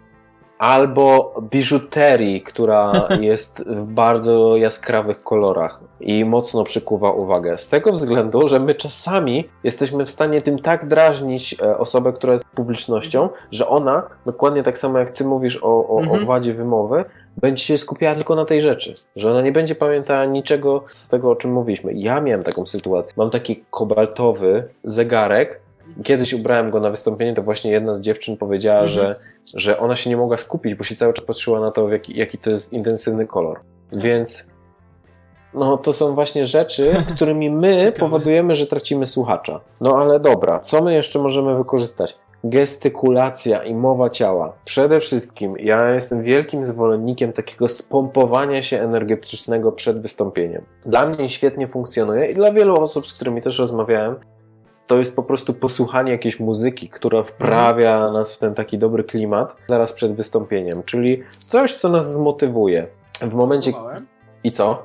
Albo biżuterii, która jest w bardzo jaskrawych kolorach i mocno przykuwa uwagę. Z tego względu, że my czasami jesteśmy w stanie tym tak drażnić osobę, która jest publicznością, że ona, dokładnie tak samo jak ty mówisz o wadzie wymowy, będzie się skupiała tylko na tej rzeczy. Że ona nie będzie pamiętała niczego z tego, o czym mówiliśmy. Ja miałem taką sytuację. Mam taki kobaltowy zegarek. Kiedyś ubrałem go na wystąpienie, to właśnie jedna z dziewczyn powiedziała, że ona się nie mogła skupić, bo się cały czas patrzyła na to, jaki to jest intensywny kolor. Więc no to są właśnie rzeczy, którymi my powodujemy, że tracimy słuchacza. No ale dobra, co my jeszcze możemy wykorzystać? Gestykulacja i mowa ciała. Przede wszystkim ja jestem wielkim zwolennikiem takiego spompowania się energetycznego przed wystąpieniem. Dla mnie świetnie funkcjonuje i dla wielu osób, z którymi też rozmawiałem, to jest po prostu posłuchanie jakiejś muzyki, która wprawia nas w ten taki dobry klimat zaraz przed wystąpieniem, czyli coś, co nas zmotywuje. W momencie... I co?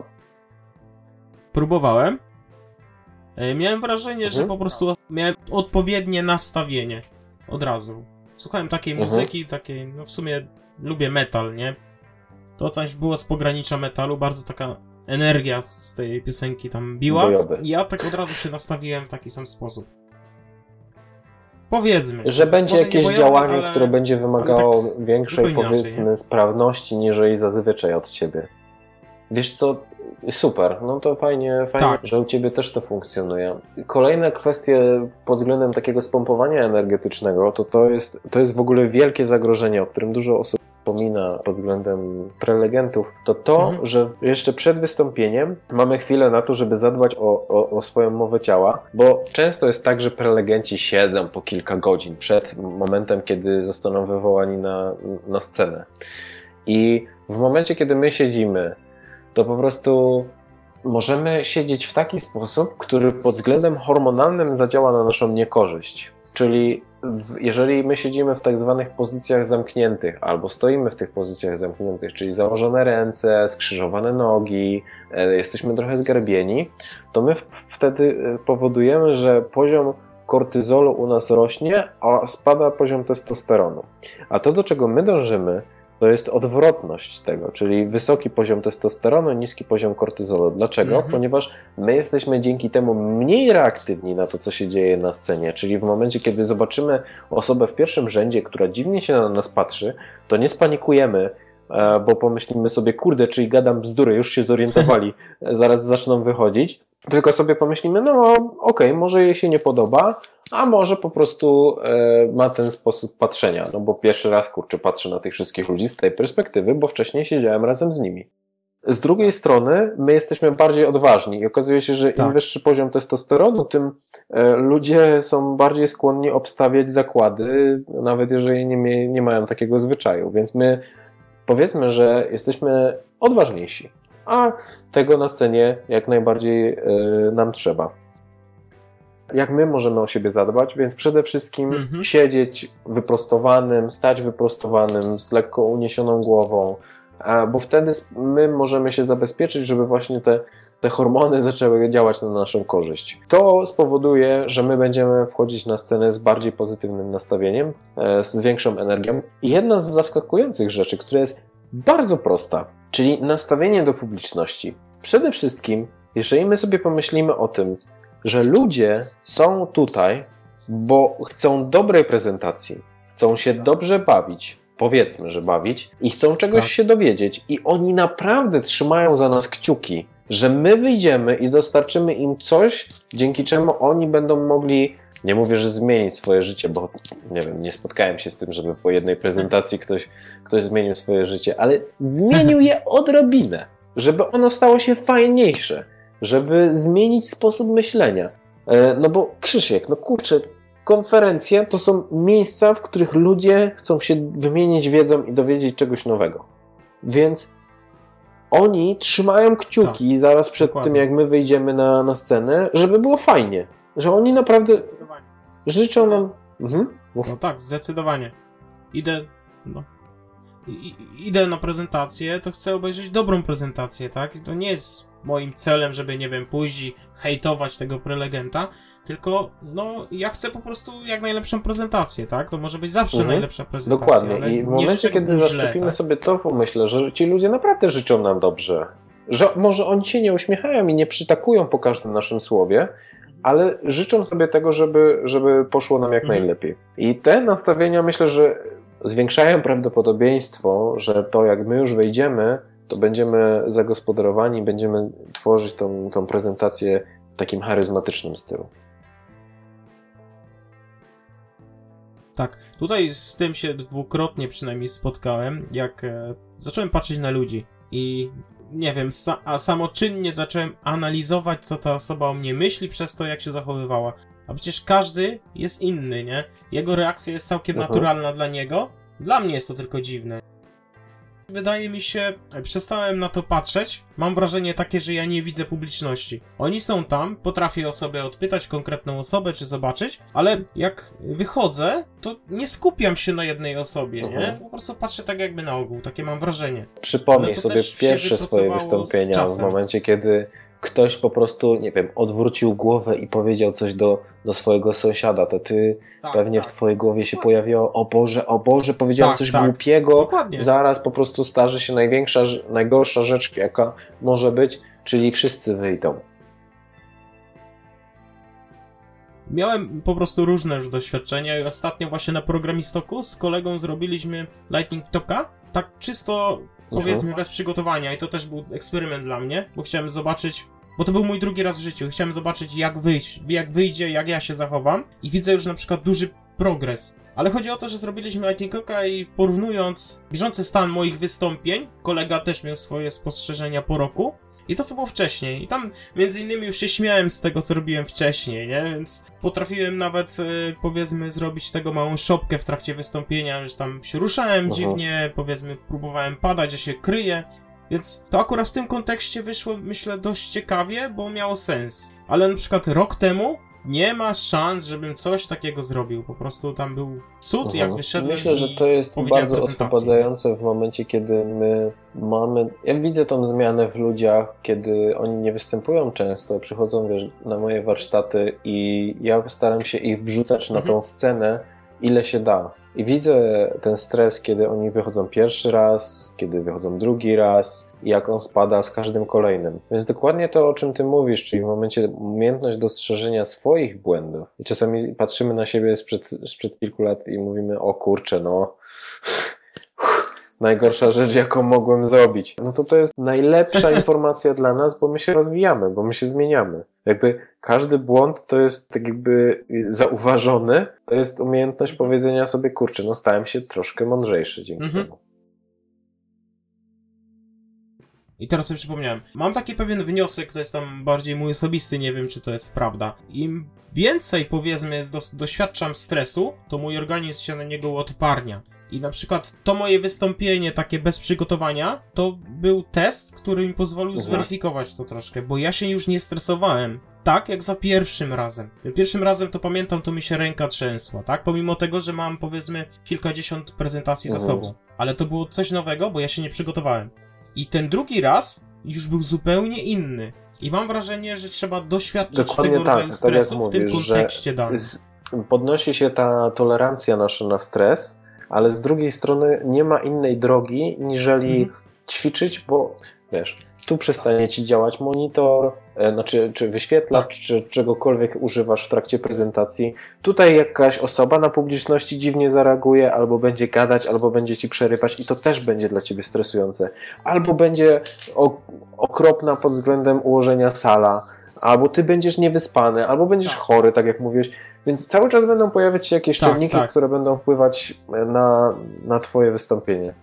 Próbowałem. Miałem wrażenie, że po prostu miałem odpowiednie nastawienie. Od razu. Słuchałem takiej muzyki, takiej, no w sumie lubię metal, nie? To coś było z pogranicza metalu, bardzo taka energia z tej piosenki tam biła. I ja tak od razu się nastawiłem w taki sam sposób. Powiedzmy. Że będzie jakieś działanie, które będzie wymagało tak większej, powiedzmy, sprawności, niżeli zazwyczaj od ciebie. Wiesz co? Super, no to fajnie, że u ciebie też to funkcjonuje. Kolejne kwestie pod względem takiego spompowania energetycznego, to jest w ogóle wielkie zagrożenie, o którym dużo osób wspomina pod względem prelegentów, że jeszcze przed wystąpieniem mamy chwilę na to, żeby zadbać o swoją mowę ciała, bo często jest tak, że prelegenci siedzą po kilka godzin przed momentem, kiedy zostaną wywołani na scenę. I w momencie, kiedy my siedzimy, to po prostu możemy siedzieć w taki sposób, który pod względem hormonalnym zadziała na naszą niekorzyść. Czyli jeżeli my siedzimy w tak zwanych pozycjach zamkniętych albo stoimy w tych pozycjach zamkniętych, czyli założone ręce, skrzyżowane nogi, jesteśmy trochę zgarbieni, to my wtedy powodujemy, że poziom kortyzolu u nas rośnie, a spada poziom testosteronu. A to, do czego my dążymy, to jest odwrotność tego, czyli wysoki poziom testosteronu, niski poziom kortyzolu. Dlaczego? Ponieważ my jesteśmy dzięki temu mniej reaktywni na to, co się dzieje na scenie, czyli w momencie, kiedy zobaczymy osobę w pierwszym rzędzie, która dziwnie się na nas patrzy, to nie spanikujemy, bo pomyślimy sobie, kurde, czyli gadam bzdury, już się zorientowali, zaraz zaczną wychodzić, tylko sobie pomyślimy, no okej, może jej się nie podoba, a może po prostu ma ten sposób patrzenia, no bo pierwszy raz, patrzę na tych wszystkich ludzi z tej perspektywy, bo wcześniej siedziałem razem z nimi. Z drugiej strony my jesteśmy bardziej odważni i okazuje się, że im wyższy poziom testosteronu, tym ludzie są bardziej skłonni obstawiać zakłady, nawet jeżeli nie mają takiego zwyczaju, więc my powiedzmy, że jesteśmy odważniejsi, a tego na scenie jak najbardziej nam trzeba. Jak my możemy o siebie zadbać, więc przede wszystkim siedzieć wyprostowanym, stać wyprostowanym, z lekko uniesioną głową, bo wtedy my możemy się zabezpieczyć, żeby właśnie te hormony zaczęły działać na naszą korzyść. To spowoduje, że my będziemy wchodzić na scenę z bardziej pozytywnym nastawieniem, z większą energią. I jedna z zaskakujących rzeczy, która jest bardzo prosta, czyli nastawienie do publiczności. Przede wszystkim, jeżeli my sobie pomyślimy o tym, że ludzie są tutaj, bo chcą dobrej prezentacji, chcą się dobrze bawić, powiedzmy, że bawić i chcą czegoś się dowiedzieć i oni naprawdę trzymają za nas kciuki, że my wyjdziemy i dostarczymy im coś, dzięki czemu oni będą mogli, nie mówię, że zmienić swoje życie, bo nie wiem, nie spotkałem się z tym, żeby po jednej prezentacji ktoś zmienił swoje życie, ale zmienił je odrobinę, żeby ono stało się fajniejsze, żeby zmienić sposób myślenia. No bo Krzysiek, no kurczę, konferencje to są miejsca, w których ludzie chcą się wymienić wiedzą i dowiedzieć czegoś nowego. Więc oni trzymają kciuki zaraz przed tym, jak my wyjdziemy na scenę, żeby było fajnie. Że oni naprawdę życzą nam... No tak, zdecydowanie. Idę na prezentację, to chcę obejrzeć dobrą prezentację, tak? I to nie jest moim celem, żeby, nie wiem, pójść i hejtować tego prelegenta, tylko, no, ja chcę po prostu jak najlepszą prezentację, tak? To może być zawsze najlepsza prezentacja. Dokładnie. I w momencie, kiedy zaszczepimy sobie to, pomyślę, że ci ludzie naprawdę życzą nam dobrze. Że może oni się nie uśmiechają i nie przytakują po każdym naszym słowie, ale życzą sobie tego, żeby poszło nam jak najlepiej. I te nastawienia, myślę, że zwiększają prawdopodobieństwo, że to jak my już wejdziemy, to będziemy zagospodarowani, będziemy tworzyć tą prezentację w takim charyzmatycznym stylu. Tak, tutaj z tym się dwukrotnie przynajmniej spotkałem, jak zacząłem patrzeć na ludzi i nie wiem, samoczynnie zacząłem analizować, co ta osoba o mnie myśli przez to, jak się zachowywała. A przecież każdy jest inny, nie? Jego reakcja jest całkiem naturalna dla niego. Dla mnie jest to tylko dziwne. Wydaje mi się, przestałem na to patrzeć. Mam wrażenie takie, że ja nie widzę publiczności. Oni są tam, potrafię o sobie odpytać konkretną osobę czy zobaczyć, ale jak wychodzę, to nie skupiam się na jednej osobie, nie? Po prostu patrzę tak jakby na ogół, takie mam wrażenie. Przypomnij sobie pierwsze swoje wystąpienia w momencie, kiedy ktoś po prostu, nie wiem, odwrócił głowę i powiedział coś do swojego sąsiada, to ty pewnie w twojej głowie się pojawiło, o Boże, powiedziałem coś głupiego, dokładnie. Zaraz po prostu starzy się najgorsza rzecz, jaka może być, czyli wszyscy wyjdą. Miałem po prostu różne już doświadczenia i ostatnio właśnie na Programistoku z kolegą zrobiliśmy Lightning Talka, tak czysto powiedzmy bez przygotowania i to też był eksperyment dla mnie, bo chciałem zobaczyć, bo to był mój drugi raz w życiu, chciałem zobaczyć jak wyjdzie, jak ja się zachowam i widzę już na przykład duży progres. Ale chodzi o to, że zrobiliśmy Lightning Talka i porównując bieżący stan moich wystąpień, kolega też miał swoje spostrzeżenia po roku i to, co było wcześniej. I tam między innymi już się śmiałem z tego, co robiłem wcześniej, nie? Więc potrafiłem nawet, powiedzmy, zrobić tego małą szopkę w trakcie wystąpienia, że tam się ruszałem dziwnie, powiedzmy, próbowałem padać, że się kryję. Więc to akurat w tym kontekście wyszło, myślę, dość ciekawie, bo miało sens. Ale na przykład rok temu nie ma szans, żebym coś takiego zrobił. Po prostu tam był cud, jak wyszedłem. Myślę, że to jest bardzo oswobadzające w momencie, kiedy my mamy... Ja widzę tą zmianę w ludziach, kiedy oni nie występują często, przychodzą, wiesz, na moje warsztaty i ja staram się ich wrzucać na tą scenę, ile się da. I widzę ten stres, kiedy oni wychodzą pierwszy raz, kiedy wychodzą drugi raz i jak on spada z każdym kolejnym. Więc dokładnie to, o czym ty mówisz, czyli w momencie umiejętność dostrzeżenia swoich błędów. I czasami patrzymy na siebie sprzed kilku lat i mówimy, o kurczę, no... najgorsza rzecz, jaką mogłem zrobić. No to jest najlepsza informacja dla nas, bo my się rozwijamy, bo my się zmieniamy. Jakby każdy błąd to jest tak jakby zauważony, to jest umiejętność powiedzenia sobie, kurczę, no stałem się troszkę mądrzejszy dzięki temu. I teraz sobie przypomniałem. Mam taki pewien wniosek, to jest tam bardziej mój osobisty, nie wiem, czy to jest prawda. Im więcej, powiedzmy, doświadczam stresu, to mój organizm się na niego odparnia. I na przykład to moje wystąpienie takie bez przygotowania, to był test, który mi pozwolił zweryfikować to troszkę, bo ja się już nie stresowałem. Tak, jak za pierwszym razem. Pierwszym razem to pamiętam, to mi się ręka trzęsła, tak? Pomimo tego, że mam, powiedzmy, kilkadziesiąt prezentacji za sobą. Ale to było coś nowego, bo ja się nie przygotowałem. I ten drugi raz już był zupełnie inny. I mam wrażenie, że trzeba doświadczyć dokładnie tego rodzaju stresu tak w tym kontekście danym. Podnosi się ta tolerancja nasza na stres, ale z drugiej strony nie ma innej drogi, niżeli ćwiczyć, bo wiesz, tu przestanie ci działać monitor, czy wyświetlacz, czy czegokolwiek używasz w trakcie prezentacji. Tutaj jakaś osoba na publiczności dziwnie zareaguje, albo będzie gadać, albo będzie ci przerywać i to też będzie dla ciebie stresujące. Albo będzie okropna pod względem ułożenia sala, albo ty będziesz niewyspany, albo będziesz chory, tak jak mówiłeś. Więc cały czas będą pojawiać się jakieś czynniki, które będą wpływać na twoje wystąpienie.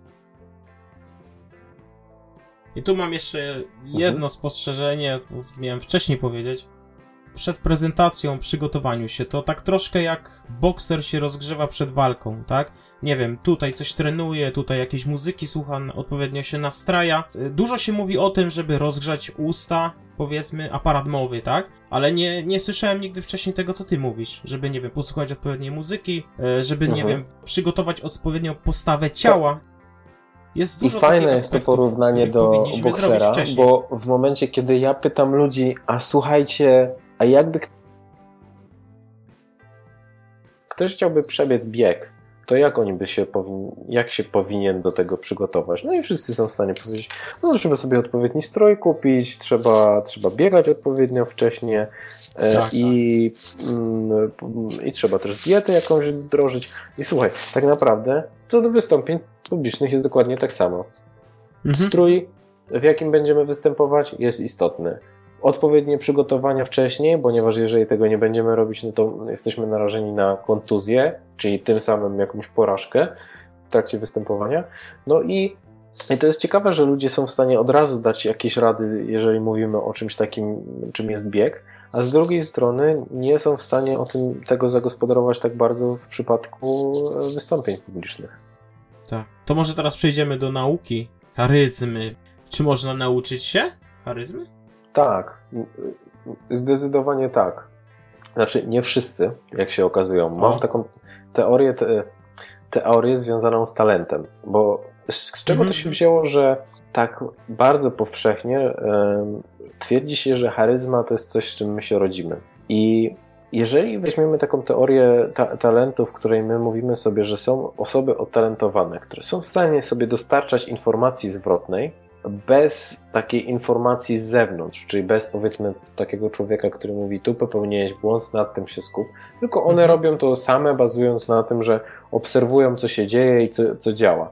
I tu mam jeszcze jedno spostrzeżenie, miałem wcześniej powiedzieć. Przed prezentacją, przygotowaniu się, to tak troszkę jak bokser się rozgrzewa przed walką, tak? Nie wiem, tutaj coś trenuje, tutaj jakieś muzyki słucha, odpowiednio się nastraja. Dużo się mówi o tym, żeby rozgrzać usta, powiedzmy, aparat mowy, tak? Ale nie słyszałem nigdy wcześniej tego, co ty mówisz, żeby, nie wiem, posłuchać odpowiedniej muzyki, żeby, nie wiem, przygotować odpowiednią postawę ciała. Jest dużo I fajne jest to porównanie do boksera, bo w momencie, kiedy ja pytam ludzi, a słuchajcie, a jakby ktoś chciałby przebiec bieg, to jak się powinien do tego przygotować? No i wszyscy są w stanie powiedzieć, no trzeba sobie odpowiedni strój kupić, trzeba biegać odpowiednio wcześnie i trzeba też dietę jakąś wdrożyć. I słuchaj, tak naprawdę co do wystąpień publicznych jest dokładnie tak samo. Strój, w jakim będziemy występować, jest istotny. Odpowiednie przygotowania wcześniej, ponieważ jeżeli tego nie będziemy robić, no to jesteśmy narażeni na kontuzję, czyli tym samym jakąś porażkę w trakcie występowania. No i to jest ciekawe, że ludzie są w stanie od razu dać jakieś rady, jeżeli mówimy o czymś takim, czym jest bieg, a z drugiej strony nie są w stanie tego zagospodarować tak bardzo w przypadku wystąpień publicznych. Tak. To może teraz przejdziemy do nauki charyzmy. Czy można nauczyć się charyzmy? Tak, zdecydowanie tak. Znaczy, nie wszyscy, jak się okazują. Mam taką teorię związaną z talentem, bo z czego to się wzięło, że tak bardzo powszechnie twierdzi się, że charyzma to jest coś, z czym my się rodzimy. I jeżeli weźmiemy taką teorię talentu, w której my mówimy sobie, że są osoby utalentowane, które są w stanie sobie dostarczać informacji zwrotnej, bez takiej informacji z zewnątrz, czyli bez, powiedzmy, takiego człowieka, który mówi, tu popełniłeś błąd, nad tym się skup, tylko one robią to same, bazując na tym, że obserwują, co się dzieje i co działa.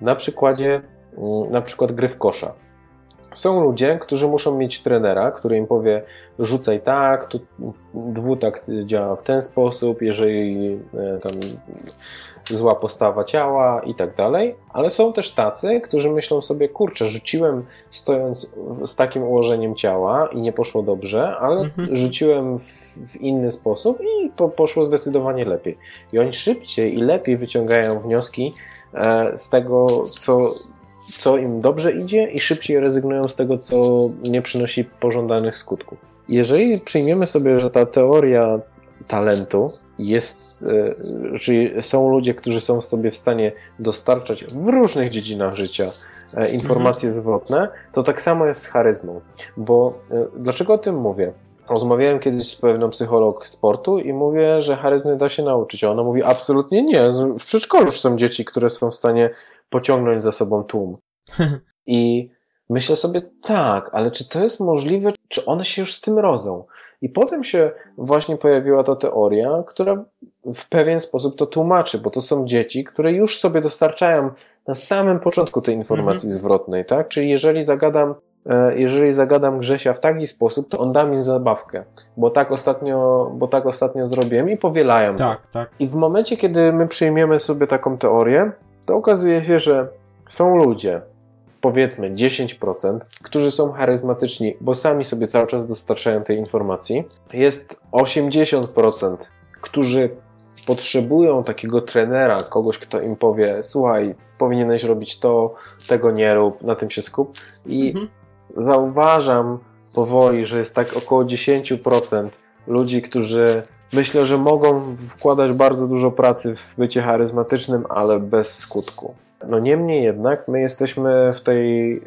Na przykład gry w kosza. Są ludzie, którzy muszą mieć trenera, który im powie, rzucaj tak, tu dwutakt działa w ten sposób, jeżeli tam zła postawa ciała i tak dalej, ale są też tacy, którzy myślą sobie, kurczę, rzuciłem stojąc z takim ułożeniem ciała i nie poszło dobrze, ale rzuciłem w inny sposób i poszło zdecydowanie lepiej. I oni szybciej i lepiej wyciągają wnioski z tego, co im dobrze idzie i szybciej rezygnują z tego, co nie przynosi pożądanych skutków. Jeżeli przyjmiemy sobie, że ta teoria talentu jest, czyli są ludzie, którzy są sobie w stanie dostarczać w różnych dziedzinach życia informacje zwrotne, to tak samo jest z charyzmą. Bo dlaczego o tym mówię? Rozmawiałem kiedyś z pewną psycholog sportu i mówię, że charyzmy da się nauczyć. A ona mówi, absolutnie nie. W przedszkolu już są dzieci, które są w stanie pociągnąć za sobą tłum. I myślę sobie, tak, ale czy to jest możliwe? Czy one się już z tym rodzą? I potem się właśnie pojawiła ta teoria, która w pewien sposób to tłumaczy, bo to są dzieci, które już sobie dostarczają na samym początku tej informacji zwrotnej, tak? Czyli jeżeli zagadam Grzesia w taki sposób, to on da mi zabawkę, bo tak ostatnio zrobiłem i powielają to. Tak. I w momencie, kiedy my przyjmiemy sobie taką teorię, to okazuje się, że są ludzie, powiedzmy 10%, którzy są charyzmatyczni, bo sami sobie cały czas dostarczają tej informacji. Jest 80%, którzy potrzebują takiego trenera, kogoś, kto im powie, słuchaj, powinieneś robić to, tego nie rób, na tym się skup. I zauważam powoli, że jest tak około 10% ludzi, którzy myślę, że mogą wkładać bardzo dużo pracy w bycie charyzmatycznym, ale bez skutku. No niemniej jednak my jesteśmy w tej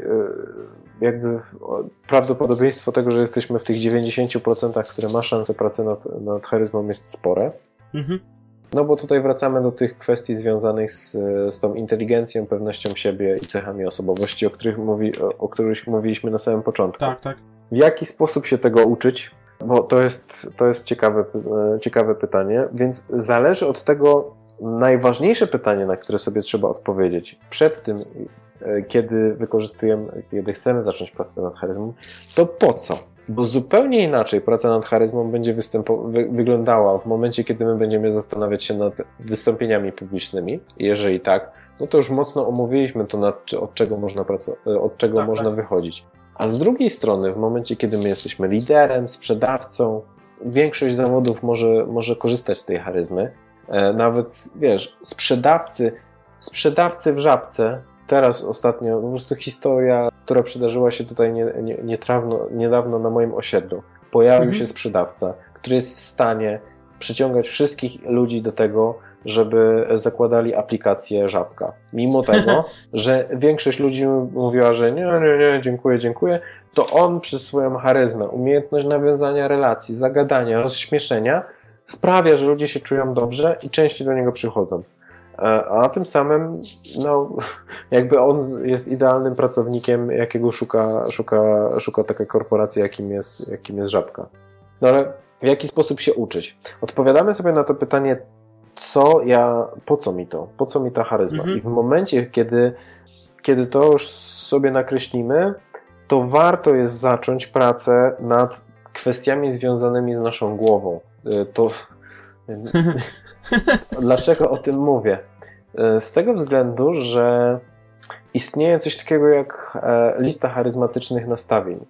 prawdopodobieństwo tego, że jesteśmy w tych 90%, które ma szansę pracy nad charyzmą jest spore. No bo tutaj wracamy do tych kwestii związanych z tą inteligencją, pewnością siebie i cechami osobowości, o których mówiliśmy na samym początku. Tak. W jaki sposób się tego uczyć? Bo to jest ciekawe pytanie, więc zależy od tego najważniejsze pytanie, na które sobie trzeba odpowiedzieć przed tym, kiedy chcemy zacząć pracę nad charyzmą, to po co? Bo zupełnie inaczej praca nad charyzmą będzie wyglądała w momencie, kiedy my będziemy zastanawiać się nad wystąpieniami publicznymi. Jeżeli tak, no to już mocno omówiliśmy to, od czego można wychodzić. A z drugiej strony, w momencie, kiedy my jesteśmy liderem, sprzedawcą, większość zawodów może korzystać z tej charyzmy. Nawet, wiesz, sprzedawcy w Żabce, teraz ostatnio, po prostu historia, która przydarzyła się tutaj niedawno na moim osiedlu. Pojawił się sprzedawca, który jest w stanie przyciągać wszystkich ludzi do tego, żeby zakładali aplikację Żabka. Mimo tego, że większość ludzi mówiła, że nie, dziękuję, to on przez swoją charyzmę, umiejętność nawiązania relacji, zagadania, rozśmieszenia sprawia, że ludzie się czują dobrze i częściej do niego przychodzą. A tym samym, no, jakby on jest idealnym pracownikiem, jakiego szuka taka korporacja, jakim jest Żabka. No ale w jaki sposób się uczyć? Odpowiadamy sobie na to pytanie, po co mi ta charyzma? I w momencie, kiedy to już sobie nakreślimy, to warto jest zacząć pracę nad kwestiami związanymi z naszą głową. Dlaczego o tym mówię? Z tego względu, że istnieje coś takiego jak lista charyzmatycznych nastawień.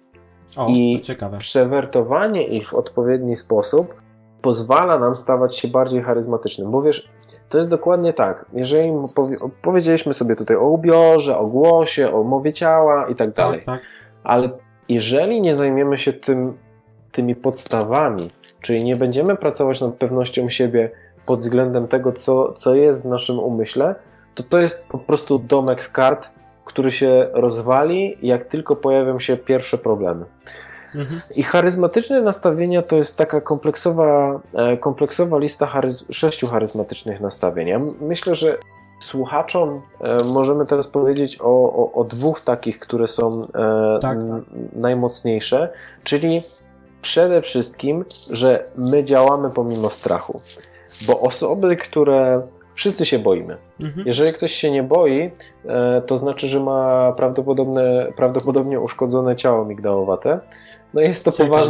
I ciekawe. Przewertowanie ich w odpowiedni sposób pozwala nam stawać się bardziej charyzmatycznym. Bo wiesz, to jest dokładnie tak. Jeżeli powiedzieliśmy sobie tutaj o ubiorze, o głosie, o mowie ciała i tak dalej. Tak. Ale jeżeli nie zajmiemy się tymi podstawami, czyli nie będziemy pracować nad pewnością siebie pod względem tego, co jest w naszym umyśle, to jest po prostu domek z kart, który się rozwali, jak tylko pojawią się pierwsze problemy. I charyzmatyczne nastawienia to jest taka kompleksowa lista 6 charyzmatycznych nastawień. Ja myślę, że słuchaczom możemy teraz powiedzieć o 2 takich, które są najmocniejsze, czyli przede wszystkim, że my działamy pomimo strachu. Bo osoby, które wszyscy się boimy. Jeżeli ktoś się nie boi, to znaczy, że ma prawdopodobnie uszkodzone ciało migdałowate. No jest to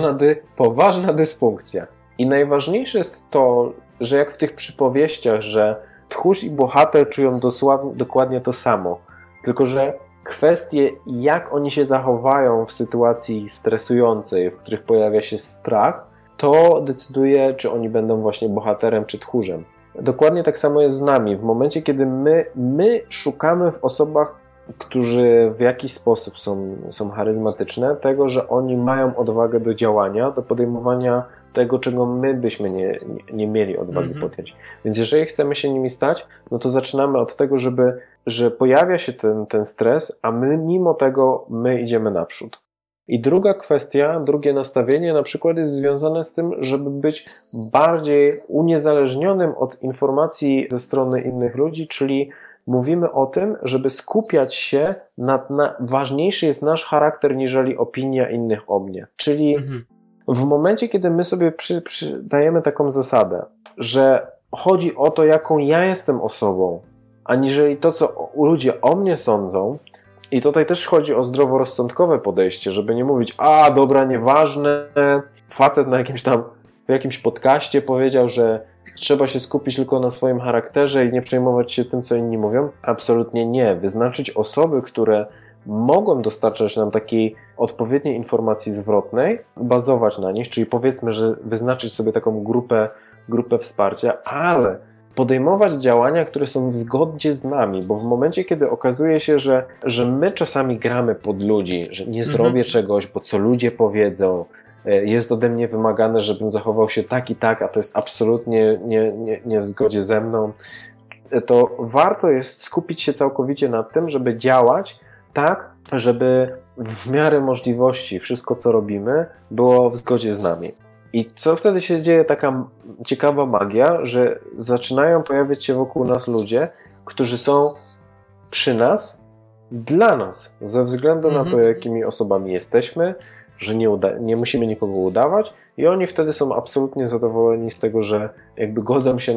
poważna dysfunkcja. I najważniejsze jest to, że jak w tych przypowieściach, że tchórz i bohater czują dokładnie to samo. Tylko że kwestie, jak oni się zachowają w sytuacji stresującej, w których pojawia się strach, to decyduje, czy oni będą właśnie bohaterem, czy tchórzem. Dokładnie tak samo jest z nami. W momencie, kiedy my szukamy w osobach, którzy w jakiś sposób są charyzmatyczne, tego, że oni mają odwagę do działania, do podejmowania tego, czego my byśmy nie mieli odwagi podjąć. Więc jeżeli chcemy się nimi stać, no to zaczynamy od tego, że pojawia się ten stres, a my mimo tego idziemy naprzód. I druga kwestia, drugie nastawienie na przykład jest związane z tym, żeby być bardziej uniezależnionym od informacji ze strony innych ludzi, czyli mówimy o tym, żeby skupiać się ważniejszy jest nasz charakter niżeli opinia innych o mnie. Czyli w momencie, kiedy my sobie dajemy taką zasadę, że chodzi o to, jaką ja jestem osobą, aniżeli to, co ludzie o mnie sądzą. I tutaj też chodzi o zdroworozsądkowe podejście, żeby nie mówić, dobra, nieważne, facet w jakimś podcaście powiedział, że trzeba się skupić tylko na swoim charakterze i nie przejmować się tym, co inni mówią. Absolutnie nie. Wyznaczyć osoby, które mogą dostarczać nam takiej odpowiedniej informacji zwrotnej, bazować na nich, czyli powiedzmy, że wyznaczyć sobie taką grupę wsparcia, ale podejmować działania, które są w zgodzie z nami, bo w momencie, kiedy okazuje się, że my czasami gramy pod ludzi, że nie zrobię czegoś, bo co ludzie powiedzą, jest ode mnie wymagane, żebym zachował się tak i tak, a to jest absolutnie nie w zgodzie ze mną, to warto jest skupić się całkowicie na tym, żeby działać tak, żeby w miarę możliwości wszystko, co robimy, było w zgodzie z nami. I co wtedy się dzieje? Taka ciekawa magia, że zaczynają pojawiać się wokół nas ludzie, którzy są przy nas, dla nas, ze względu na to, jakimi osobami jesteśmy, że nie musimy nikogo udawać i oni wtedy są absolutnie zadowoleni z tego, że jakby godzą się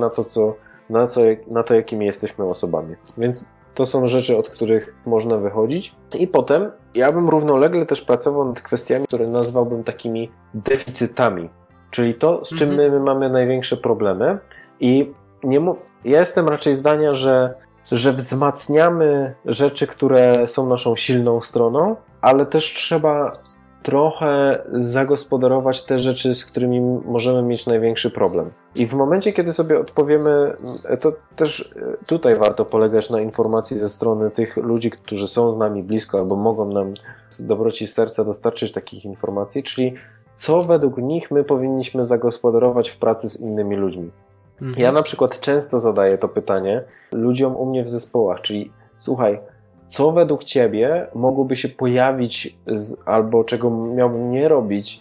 na to, jakimi jesteśmy osobami. Więc to są rzeczy, od których można wychodzić. I potem ja bym równolegle też pracował nad kwestiami, które nazwałbym takimi deficytami. Czyli to, z czym my mamy największe problemy. I ja jestem raczej zdania, że wzmacniamy rzeczy, które są naszą silną stroną, ale też trzeba trochę zagospodarować te rzeczy, z którymi możemy mieć największy problem. I w momencie, kiedy sobie odpowiemy, to też tutaj warto polegać na informacji ze strony tych ludzi, którzy są z nami blisko albo mogą nam z dobroci serca dostarczyć takich informacji, czyli co według nich my powinniśmy zagospodarować w pracy z innymi ludźmi. Ja na przykład często zadaję to pytanie ludziom u mnie w zespołach, czyli słuchaj, co według Ciebie mogłoby się pojawić albo czego miałbym nie robić,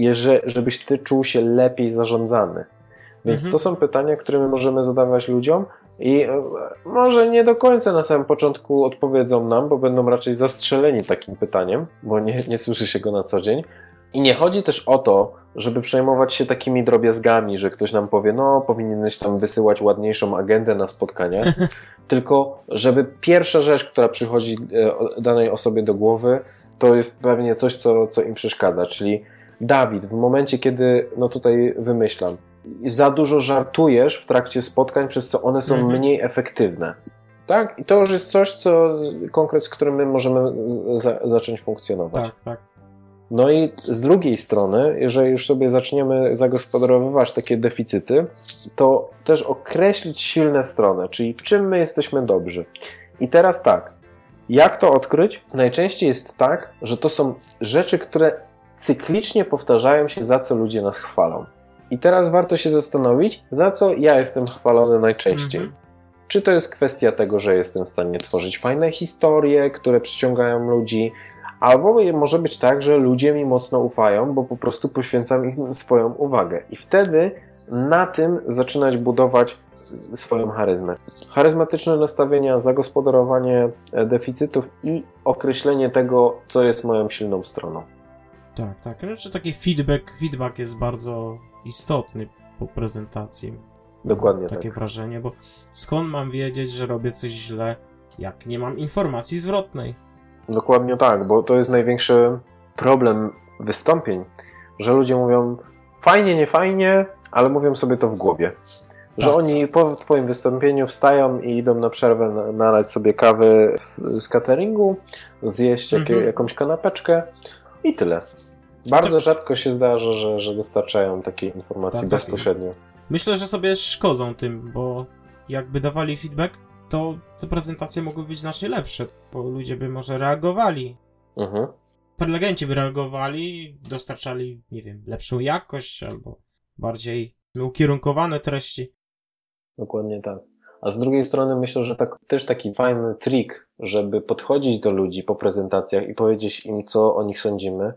żebyś Ty czuł się lepiej zarządzany. Więc to są pytania, które my możemy zadawać ludziom i może nie do końca na samym początku odpowiedzą nam, bo będą raczej zastrzeleni takim pytaniem, bo nie słyszy się go na co dzień. I nie chodzi też o to, żeby przejmować się takimi drobiazgami, że ktoś nam powie, no powinieneś tam wysyłać ładniejszą agendę na spotkania, tylko żeby pierwsza rzecz, która przychodzi danej osobie do głowy, to jest pewnie coś, co im przeszkadza, czyli Dawid, w momencie, kiedy, no tutaj wymyślam, za dużo żartujesz w trakcie spotkań, przez co one są mniej efektywne. Tak? I to już jest coś, konkret, z którym my możemy zacząć funkcjonować. Tak, tak. No i z drugiej strony, jeżeli już sobie zaczniemy zagospodarowywać takie deficyty, to też określić silne strony, czyli w czym my jesteśmy dobrzy. I teraz tak, jak to odkryć? Najczęściej jest tak, że to są rzeczy, które cyklicznie powtarzają się, za co ludzie nas chwalą. I teraz warto się zastanowić, za co ja jestem chwalony najczęściej. Czy to jest kwestia tego, że jestem w stanie tworzyć fajne historie, które przyciągają ludzi, albo może być tak, że ludzie mi mocno ufają, bo po prostu poświęcam im swoją uwagę. I wtedy na tym zaczynać budować swoją charyzmę. Charyzmatyczne nastawienia, zagospodarowanie deficytów i określenie tego, co jest moją silną stroną. Tak, tak. Znaczy taki feedback jest bardzo istotny po prezentacji. Dokładnie takie tak. wrażenie, bo skąd mam wiedzieć, że robię coś źle, jak nie mam informacji zwrotnej? Dokładnie tak, bo to jest największy problem wystąpień, że ludzie mówią fajnie, nie fajnie, ale mówią sobie to w głowie. Że oni po twoim wystąpieniu wstają i idą na przerwę nalać sobie kawy z cateringu, zjeść jakąś kanapeczkę i tyle. Bardzo rzadko się zdarza, że dostarczają takiej informacji bezpośrednio. Myślę, że sobie szkodzą tym, bo jakby dawali feedback, to te prezentacje mogłyby być znacznie lepsze, bo ludzie by może reagowali. Prelegenci by reagowali, dostarczali, nie wiem, lepszą jakość albo bardziej ukierunkowane treści. Dokładnie tak. A z drugiej strony myślę, że też taki fajny trik, żeby podchodzić do ludzi po prezentacjach i powiedzieć im, co o nich sądzimy,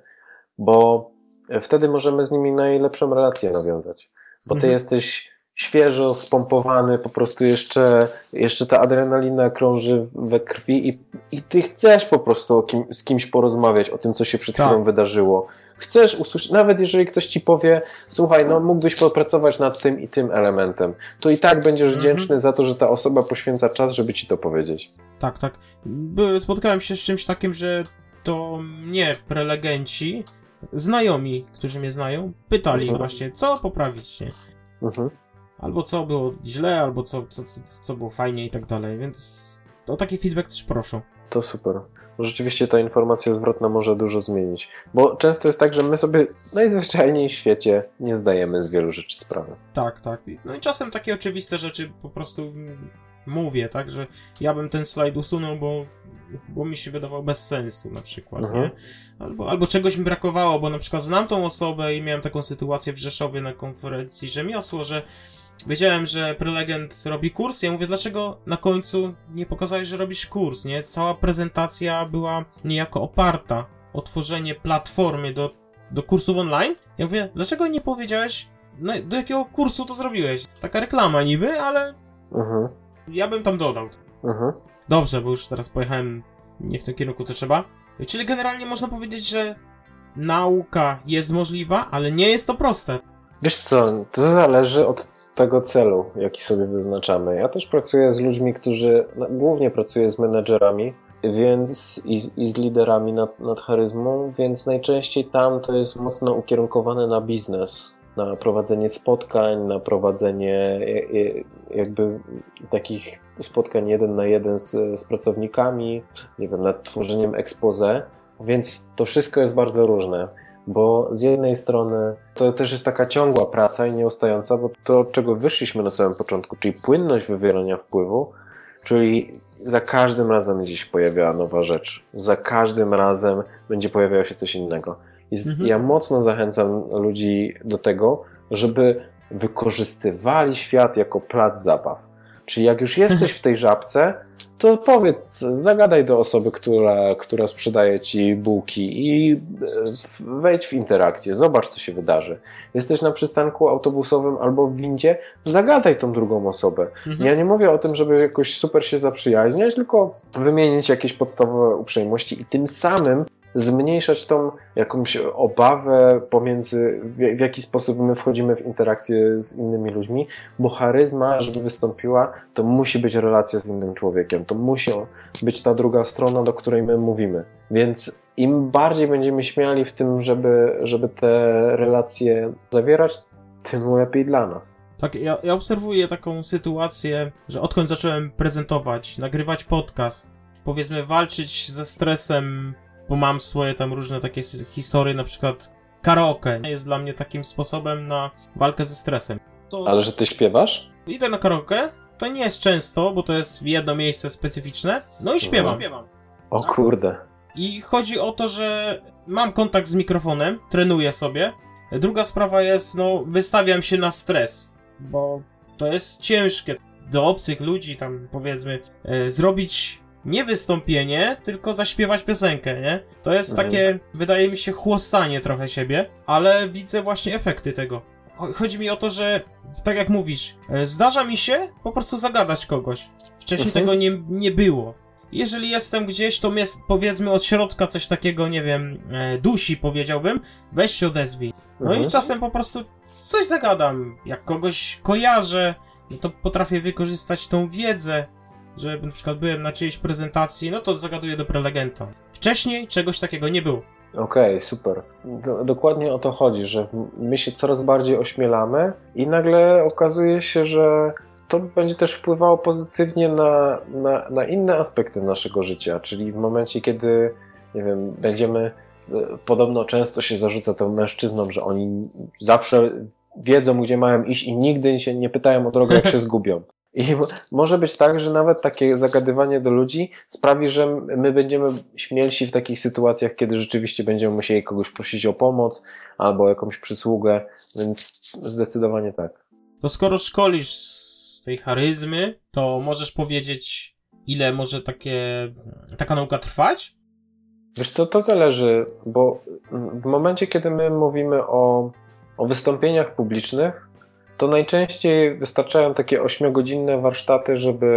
bo wtedy możemy z nimi najlepszą relację nawiązać. Bo ty jesteś świeżo spompowany, po prostu jeszcze ta adrenalina krąży we krwi i ty chcesz po prostu z kimś porozmawiać o tym, co się przed chwilą wydarzyło. Chcesz usłyszeć, nawet jeżeli ktoś ci powie, słuchaj, no mógłbyś popracować nad tym i tym elementem, to i tak będziesz wdzięczny za to, że ta osoba poświęca czas, żeby ci to powiedzieć. Tak, tak. Spotkałem się z czymś takim, że to mnie prelegenci, znajomi, którzy mnie znają, pytali właśnie, co poprawić, nie? Albo co było źle, albo co było fajnie i tak dalej, więc o taki feedback też proszę. To super. Rzeczywiście ta informacja zwrotna może dużo zmienić, bo często jest tak, że my sobie najzwyczajniej w świecie nie zdajemy z wielu rzeczy sprawy. Tak, tak. No i czasem takie oczywiste rzeczy po prostu mówię, tak, że ja bym ten slajd usunął, bo mi się wydawał bez sensu na przykład, nie? Albo czegoś mi brakowało, bo na przykład znam tą osobę i miałem taką sytuację w Rzeszowie na konferencji rzemiosło, że wiedziałem, że prelegent robi kurs, ja mówię, dlaczego na końcu nie pokazałeś, że robisz kurs, nie? Cała prezentacja była niejako oparta o tworzenie platformy do do kursów online. Ja mówię, dlaczego nie powiedziałeś, no, do jakiego kursu to zrobiłeś? Taka reklama niby, ale ja bym tam dodał. Dobrze, bo już teraz pojechałem nie w tym kierunku, co trzeba. Czyli generalnie można powiedzieć, że nauka jest możliwa, ale nie jest to proste. Wiesz co, to zależy od tego celu, jaki sobie wyznaczamy. Ja też pracuję z ludźmi, głównie pracuję z menedżerami, więc i z liderami nad charyzmą, więc najczęściej tam to jest mocno ukierunkowane na biznes, na prowadzenie spotkań, na prowadzenie jakby takich spotkań 1 na 1 z pracownikami, nie wiem, nad tworzeniem expose, więc to wszystko jest bardzo różne. Bo z jednej strony to też jest taka ciągła praca i nieustająca, bo to, od czego wyszliśmy na samym początku, czyli płynność wywierania wpływu, czyli za każdym razem będzie się pojawiała nowa rzecz, za każdym razem będzie pojawiało się coś innego. Ja mocno zachęcam ludzi do tego, żeby wykorzystywali świat jako plac zabaw. Czyli jak już jesteś w tej żabce, to powiedz, zagadaj do osoby, która sprzedaje ci bułki i wejdź w interakcję, zobacz, co się wydarzy. Jesteś na przystanku autobusowym albo w windzie, zagadaj tą drugą osobę. Ja nie mówię o tym, żeby jakoś super się zaprzyjaźniać, tylko wymienić jakieś podstawowe uprzejmości i tym samym zmniejszać tą jakąś obawę pomiędzy, w jaki sposób my wchodzimy w interakcję z innymi ludźmi, bo charyzma, żeby wystąpiła, to musi być relacja z innym człowiekiem, to musi być ta druga strona, do której my mówimy. Więc im bardziej będziemy śmiali w tym, żeby te relacje zawierać, tym lepiej dla nas. Tak, ja obserwuję taką sytuację, że odkąd zacząłem prezentować, nagrywać podcast, powiedzmy walczyć ze stresem, bo mam swoje tam różne takie historie, na przykład karaoke jest dla mnie takim sposobem na walkę ze stresem. Ale że ty śpiewasz? Idę na karaoke, to nie jest często, bo to jest jedno miejsce specyficzne, no i śpiewam. O kurde. I chodzi o to, że mam kontakt z mikrofonem, trenuję sobie. Druga sprawa jest, wystawiam się na stres, bo to jest ciężkie do obcych ludzi tam, powiedzmy, zrobić nie wystąpienie, tylko zaśpiewać piosenkę, nie? To jest takie, wydaje mi się, chłostanie trochę siebie, ale widzę właśnie efekty tego. Chodzi mi o to, że, tak jak mówisz, zdarza mi się po prostu zagadać kogoś. Wcześniej tego nie było. Jeżeli jestem gdzieś, to mnie, powiedzmy, od środka coś takiego, nie wiem, dusi, powiedziałbym, weź się odezwij. No i czasem po prostu coś zagadam. Jak kogoś kojarzę, no to potrafię wykorzystać tą wiedzę, że na przykład byłem na czyjejś prezentacji, no to zagaduję do prelegenta. Wcześniej czegoś takiego nie było. Okej, super. Dokładnie o to chodzi, że my się coraz bardziej ośmielamy i nagle okazuje się, że to będzie też wpływało pozytywnie na inne aspekty naszego życia, czyli w momencie, kiedy, nie wiem, podobno często się zarzuca to mężczyznom, że oni zawsze wiedzą, gdzie mają iść i nigdy się nie pytają o drogę, jak się zgubią. I może być tak, że nawet takie zagadywanie do ludzi sprawi, że my będziemy śmielsi w takich sytuacjach, kiedy rzeczywiście będziemy musieli kogoś prosić o pomoc albo jakąś przysługę, więc zdecydowanie tak. To skoro szkolisz z tej charyzmy, to możesz powiedzieć, ile może taka nauka trwać? Wiesz co, to zależy, bo w momencie, kiedy my mówimy o wystąpieniach publicznych, to najczęściej wystarczają takie 8-godzinne warsztaty,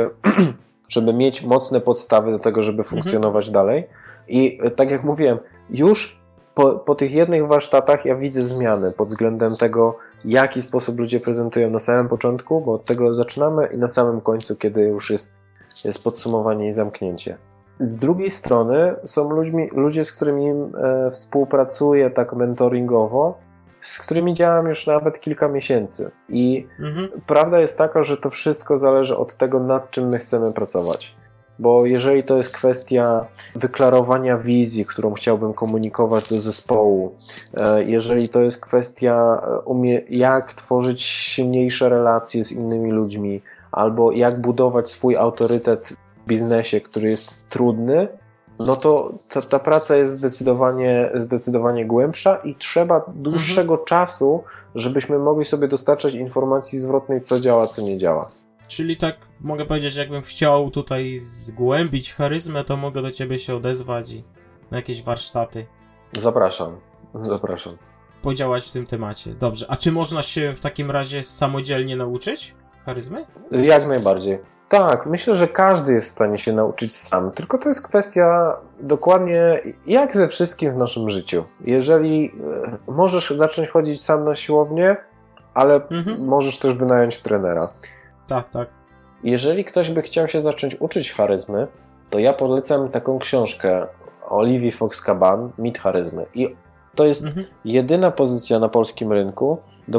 żeby mieć mocne podstawy do tego, żeby funkcjonować dalej. I tak jak mówiłem, już po tych jednych warsztatach ja widzę zmiany pod względem tego, w jaki sposób ludzie prezentują na samym początku, bo od tego zaczynamy, i na samym końcu, kiedy już jest podsumowanie i zamknięcie. Z drugiej strony są ludzie, z którymi współpracuję tak mentoringowo, z którymi działam już nawet kilka miesięcy. I prawda jest taka, że to wszystko zależy od tego, nad czym my chcemy pracować. Bo jeżeli to jest kwestia wyklarowania wizji, którą chciałbym komunikować do zespołu, jeżeli to jest kwestia jak tworzyć silniejsze relacje z innymi ludźmi, albo jak budować swój autorytet w biznesie, który jest trudny, no to ta praca jest zdecydowanie głębsza i trzeba dłuższego czasu, żebyśmy mogli sobie dostarczać informacji zwrotnej, co działa, co nie działa. Czyli tak mogę powiedzieć, że jakbym chciał tutaj zgłębić charyzmę, to mogę do ciebie się odezwać i na jakieś warsztaty. Zapraszam. Zapraszam. Podziałać w tym temacie. Dobrze. A czy można się w takim razie samodzielnie nauczyć charyzmy? Jak najbardziej. Tak, myślę, że każdy jest w stanie się nauczyć sam, tylko to jest kwestia dokładnie jak ze wszystkim w naszym życiu. Jeżeli możesz zacząć chodzić sam na siłownię, ale możesz też wynająć trenera. Tak. Jeżeli ktoś by chciał się zacząć uczyć charyzmy, to ja polecam taką książkę Olivii Fox-Caban, Mit charyzmy. I to jest jedyna pozycja na polskim rynku,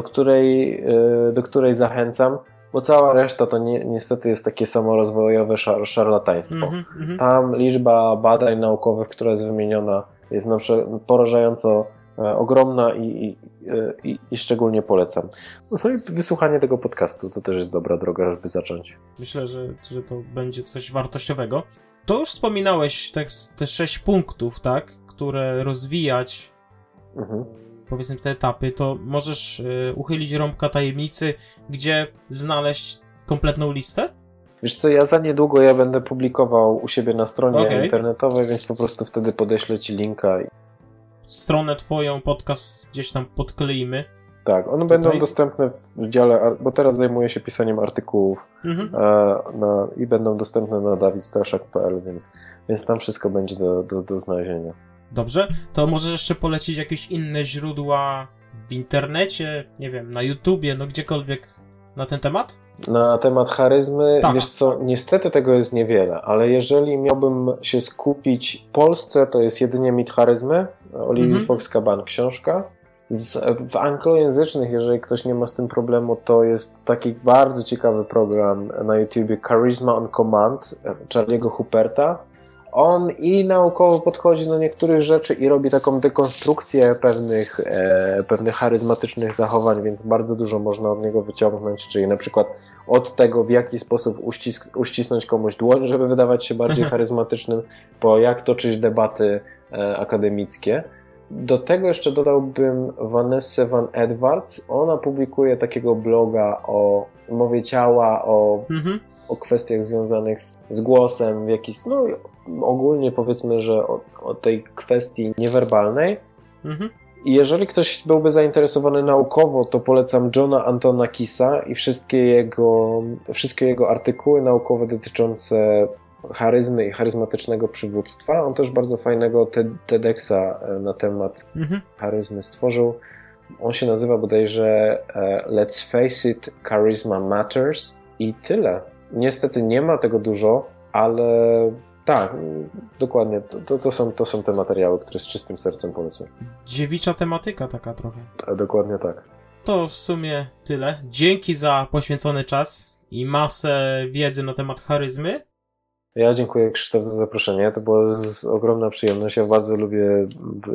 do której zachęcam, bo cała reszta to niestety jest takie samorozwojowe szarlataństwo. Tam liczba badań naukowych, która jest wymieniona, jest na przykład porażająco ogromna i szczególnie polecam. No i wysłuchanie tego podcastu to też jest dobra droga, żeby zacząć. Myślę, że to będzie coś wartościowego. To już wspominałeś te 6 punktów, tak, które rozwijać, powiedzmy te etapy, to możesz uchylić rąbka tajemnicy, gdzie znaleźć kompletną listę? Wiesz co, za niedługo będę publikował u siebie na stronie internetowej, więc po prostu wtedy podeślę ci linka. Stronę twoją, podcast gdzieś tam podkleimy. Tak, one będą dostępne w dziale, bo teraz zajmuję się pisaniem artykułów i będą dostępne na dawidstraszak.pl, więc tam wszystko będzie do znalezienia. Dobrze, to możesz jeszcze polecić jakieś inne źródła w internecie, nie wiem, na YouTubie, no gdziekolwiek na ten temat? Na temat charyzmy, wiesz co, niestety tego jest niewiele, ale jeżeli miałbym się skupić w Polsce, to jest jedynie Mit charyzmy, Olivii Fox-Caban książka. W anglojęzycznych, jeżeli ktoś nie ma z tym problemu, to jest taki bardzo ciekawy program na YouTubie Charisma on Command Charlie'ego Hupperta. On i naukowo podchodzi do niektórych rzeczy i robi taką dekonstrukcję pewnych charyzmatycznych zachowań, więc bardzo dużo można od niego wyciągnąć, czyli na przykład od tego, w jaki sposób uścisnąć komuś dłoń, żeby wydawać się bardziej charyzmatycznym, po jak toczyć debaty akademickie. Do tego jeszcze dodałbym Vanessę Van Edwards. Ona publikuje takiego bloga o mowie ciała, o kwestiach związanych z głosem, ogólnie powiedzmy, że o tej kwestii niewerbalnej. I jeżeli ktoś byłby zainteresowany naukowo, to polecam Johna Antona Kisa i wszystkie jego artykuły naukowe dotyczące charyzmy i charyzmatycznego przywództwa. On też bardzo fajnego TEDxa na temat charyzmy stworzył. On się nazywa bodajże Let's Face It, Charisma Matters i tyle. Niestety nie ma tego dużo, ale tak, dokładnie, to są te materiały, które z czystym sercem polecam. Dziewicza tematyka taka trochę. Dokładnie tak. To w sumie tyle. Dzięki za poświęcony czas i masę wiedzy na temat charyzmy. Ja dziękuję, Krzysztof, za zaproszenie. To była ogromna przyjemność. Ja bardzo lubię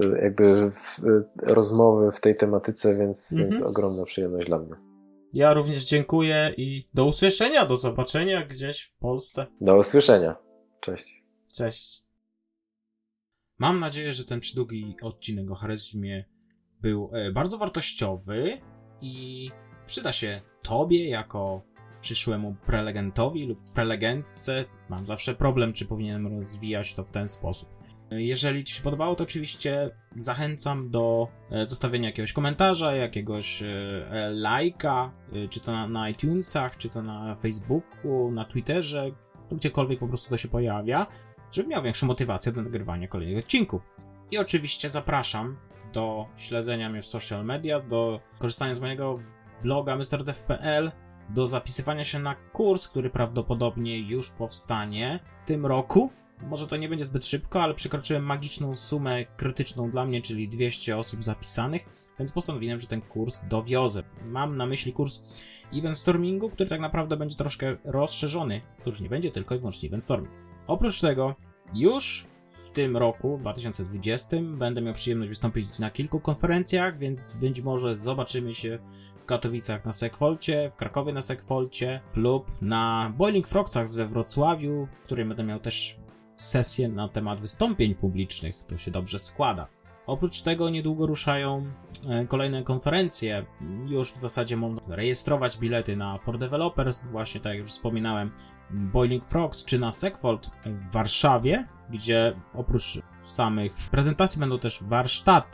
rozmowy w tej tematyce, więc ogromna przyjemność dla mnie. Ja również dziękuję i do usłyszenia, do zobaczenia gdzieś w Polsce. Do usłyszenia. Cześć. Cześć. Mam nadzieję, że ten przydługi odcinek o charyzmie był bardzo wartościowy i przyda się Tobie jako przyszłemu prelegentowi lub prelegentce. Mam zawsze problem, czy powinienem rozwijać to w ten sposób. Jeżeli Ci się podobało, to oczywiście zachęcam do zostawienia jakiegoś komentarza, jakiegoś lajka, czy to na iTunesach, czy to na Facebooku, na Twitterze, gdziekolwiek po prostu to się pojawia, żebym miał większą motywację do nagrywania kolejnych odcinków. I oczywiście zapraszam do śledzenia mnie w social media, do korzystania z mojego bloga mrdev.pl, do zapisywania się na kurs, który prawdopodobnie już powstanie w tym roku. Może to nie będzie zbyt szybko, ale przekroczyłem magiczną sumę krytyczną dla mnie, czyli 200 osób zapisanych, więc postanowiłem, że ten kurs dowiozę. Mam na myśli kurs Event Stormingu, który tak naprawdę będzie troszkę rozszerzony, który nie będzie tylko i wyłącznie Event Storming. Oprócz tego, już w tym roku, 2020, będę miał przyjemność wystąpić na kilku konferencjach, więc być może zobaczymy się w Katowicach na Sekfolcie, w Krakowie na Sekfolcie lub na Boiling Frogsach we Wrocławiu, w którym będę miał też sesję na temat wystąpień publicznych. To się dobrze składa. Oprócz tego niedługo ruszają kolejne konferencje. Już w zasadzie można rejestrować bilety na For Developers, właśnie tak jak już wspominałem, Boiling Frogs, czy na Sekfold w Warszawie, gdzie oprócz samych prezentacji będą też warsztaty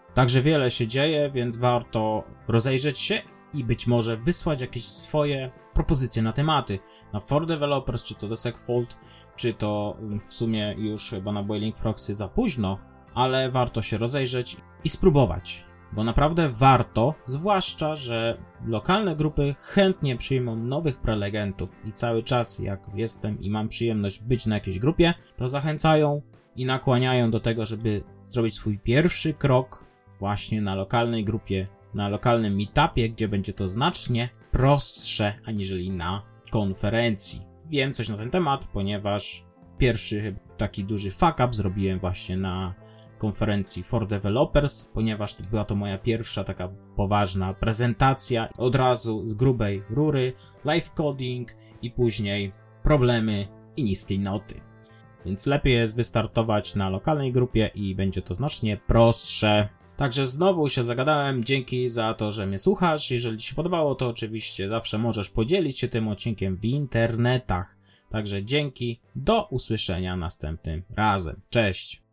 Także wiele się dzieje, więc warto rozejrzeć się i być może wysłać jakieś swoje propozycje na tematy. Na For Developers, czy to The Segfault, czy to w sumie już chyba na Boiling Frogsy za późno, ale warto się rozejrzeć i spróbować. Bo naprawdę warto, zwłaszcza, że lokalne grupy chętnie przyjmą nowych prelegentów i cały czas jak jestem i mam przyjemność być na jakiejś grupie, to zachęcają i nakłaniają do tego, żeby zrobić swój pierwszy krok właśnie na lokalnej grupie, na lokalnym meetupie, gdzie będzie to znacznie prostsze aniżeli na konferencji. Wiem coś na ten temat, ponieważ pierwszy taki duży fuck up zrobiłem właśnie na konferencji For Developers, ponieważ była to moja pierwsza taka poważna prezentacja, od razu z grubej rury, live coding i później problemy i niskie noty. Więc lepiej jest wystartować na lokalnej grupie i będzie to znacznie prostsze. Także znowu się zagadałem, dzięki za to, że mnie słuchasz. Jeżeli Ci się podobało, to oczywiście zawsze możesz podzielić się tym odcinkiem w internetach. Także dzięki, do usłyszenia następnym razem. Cześć!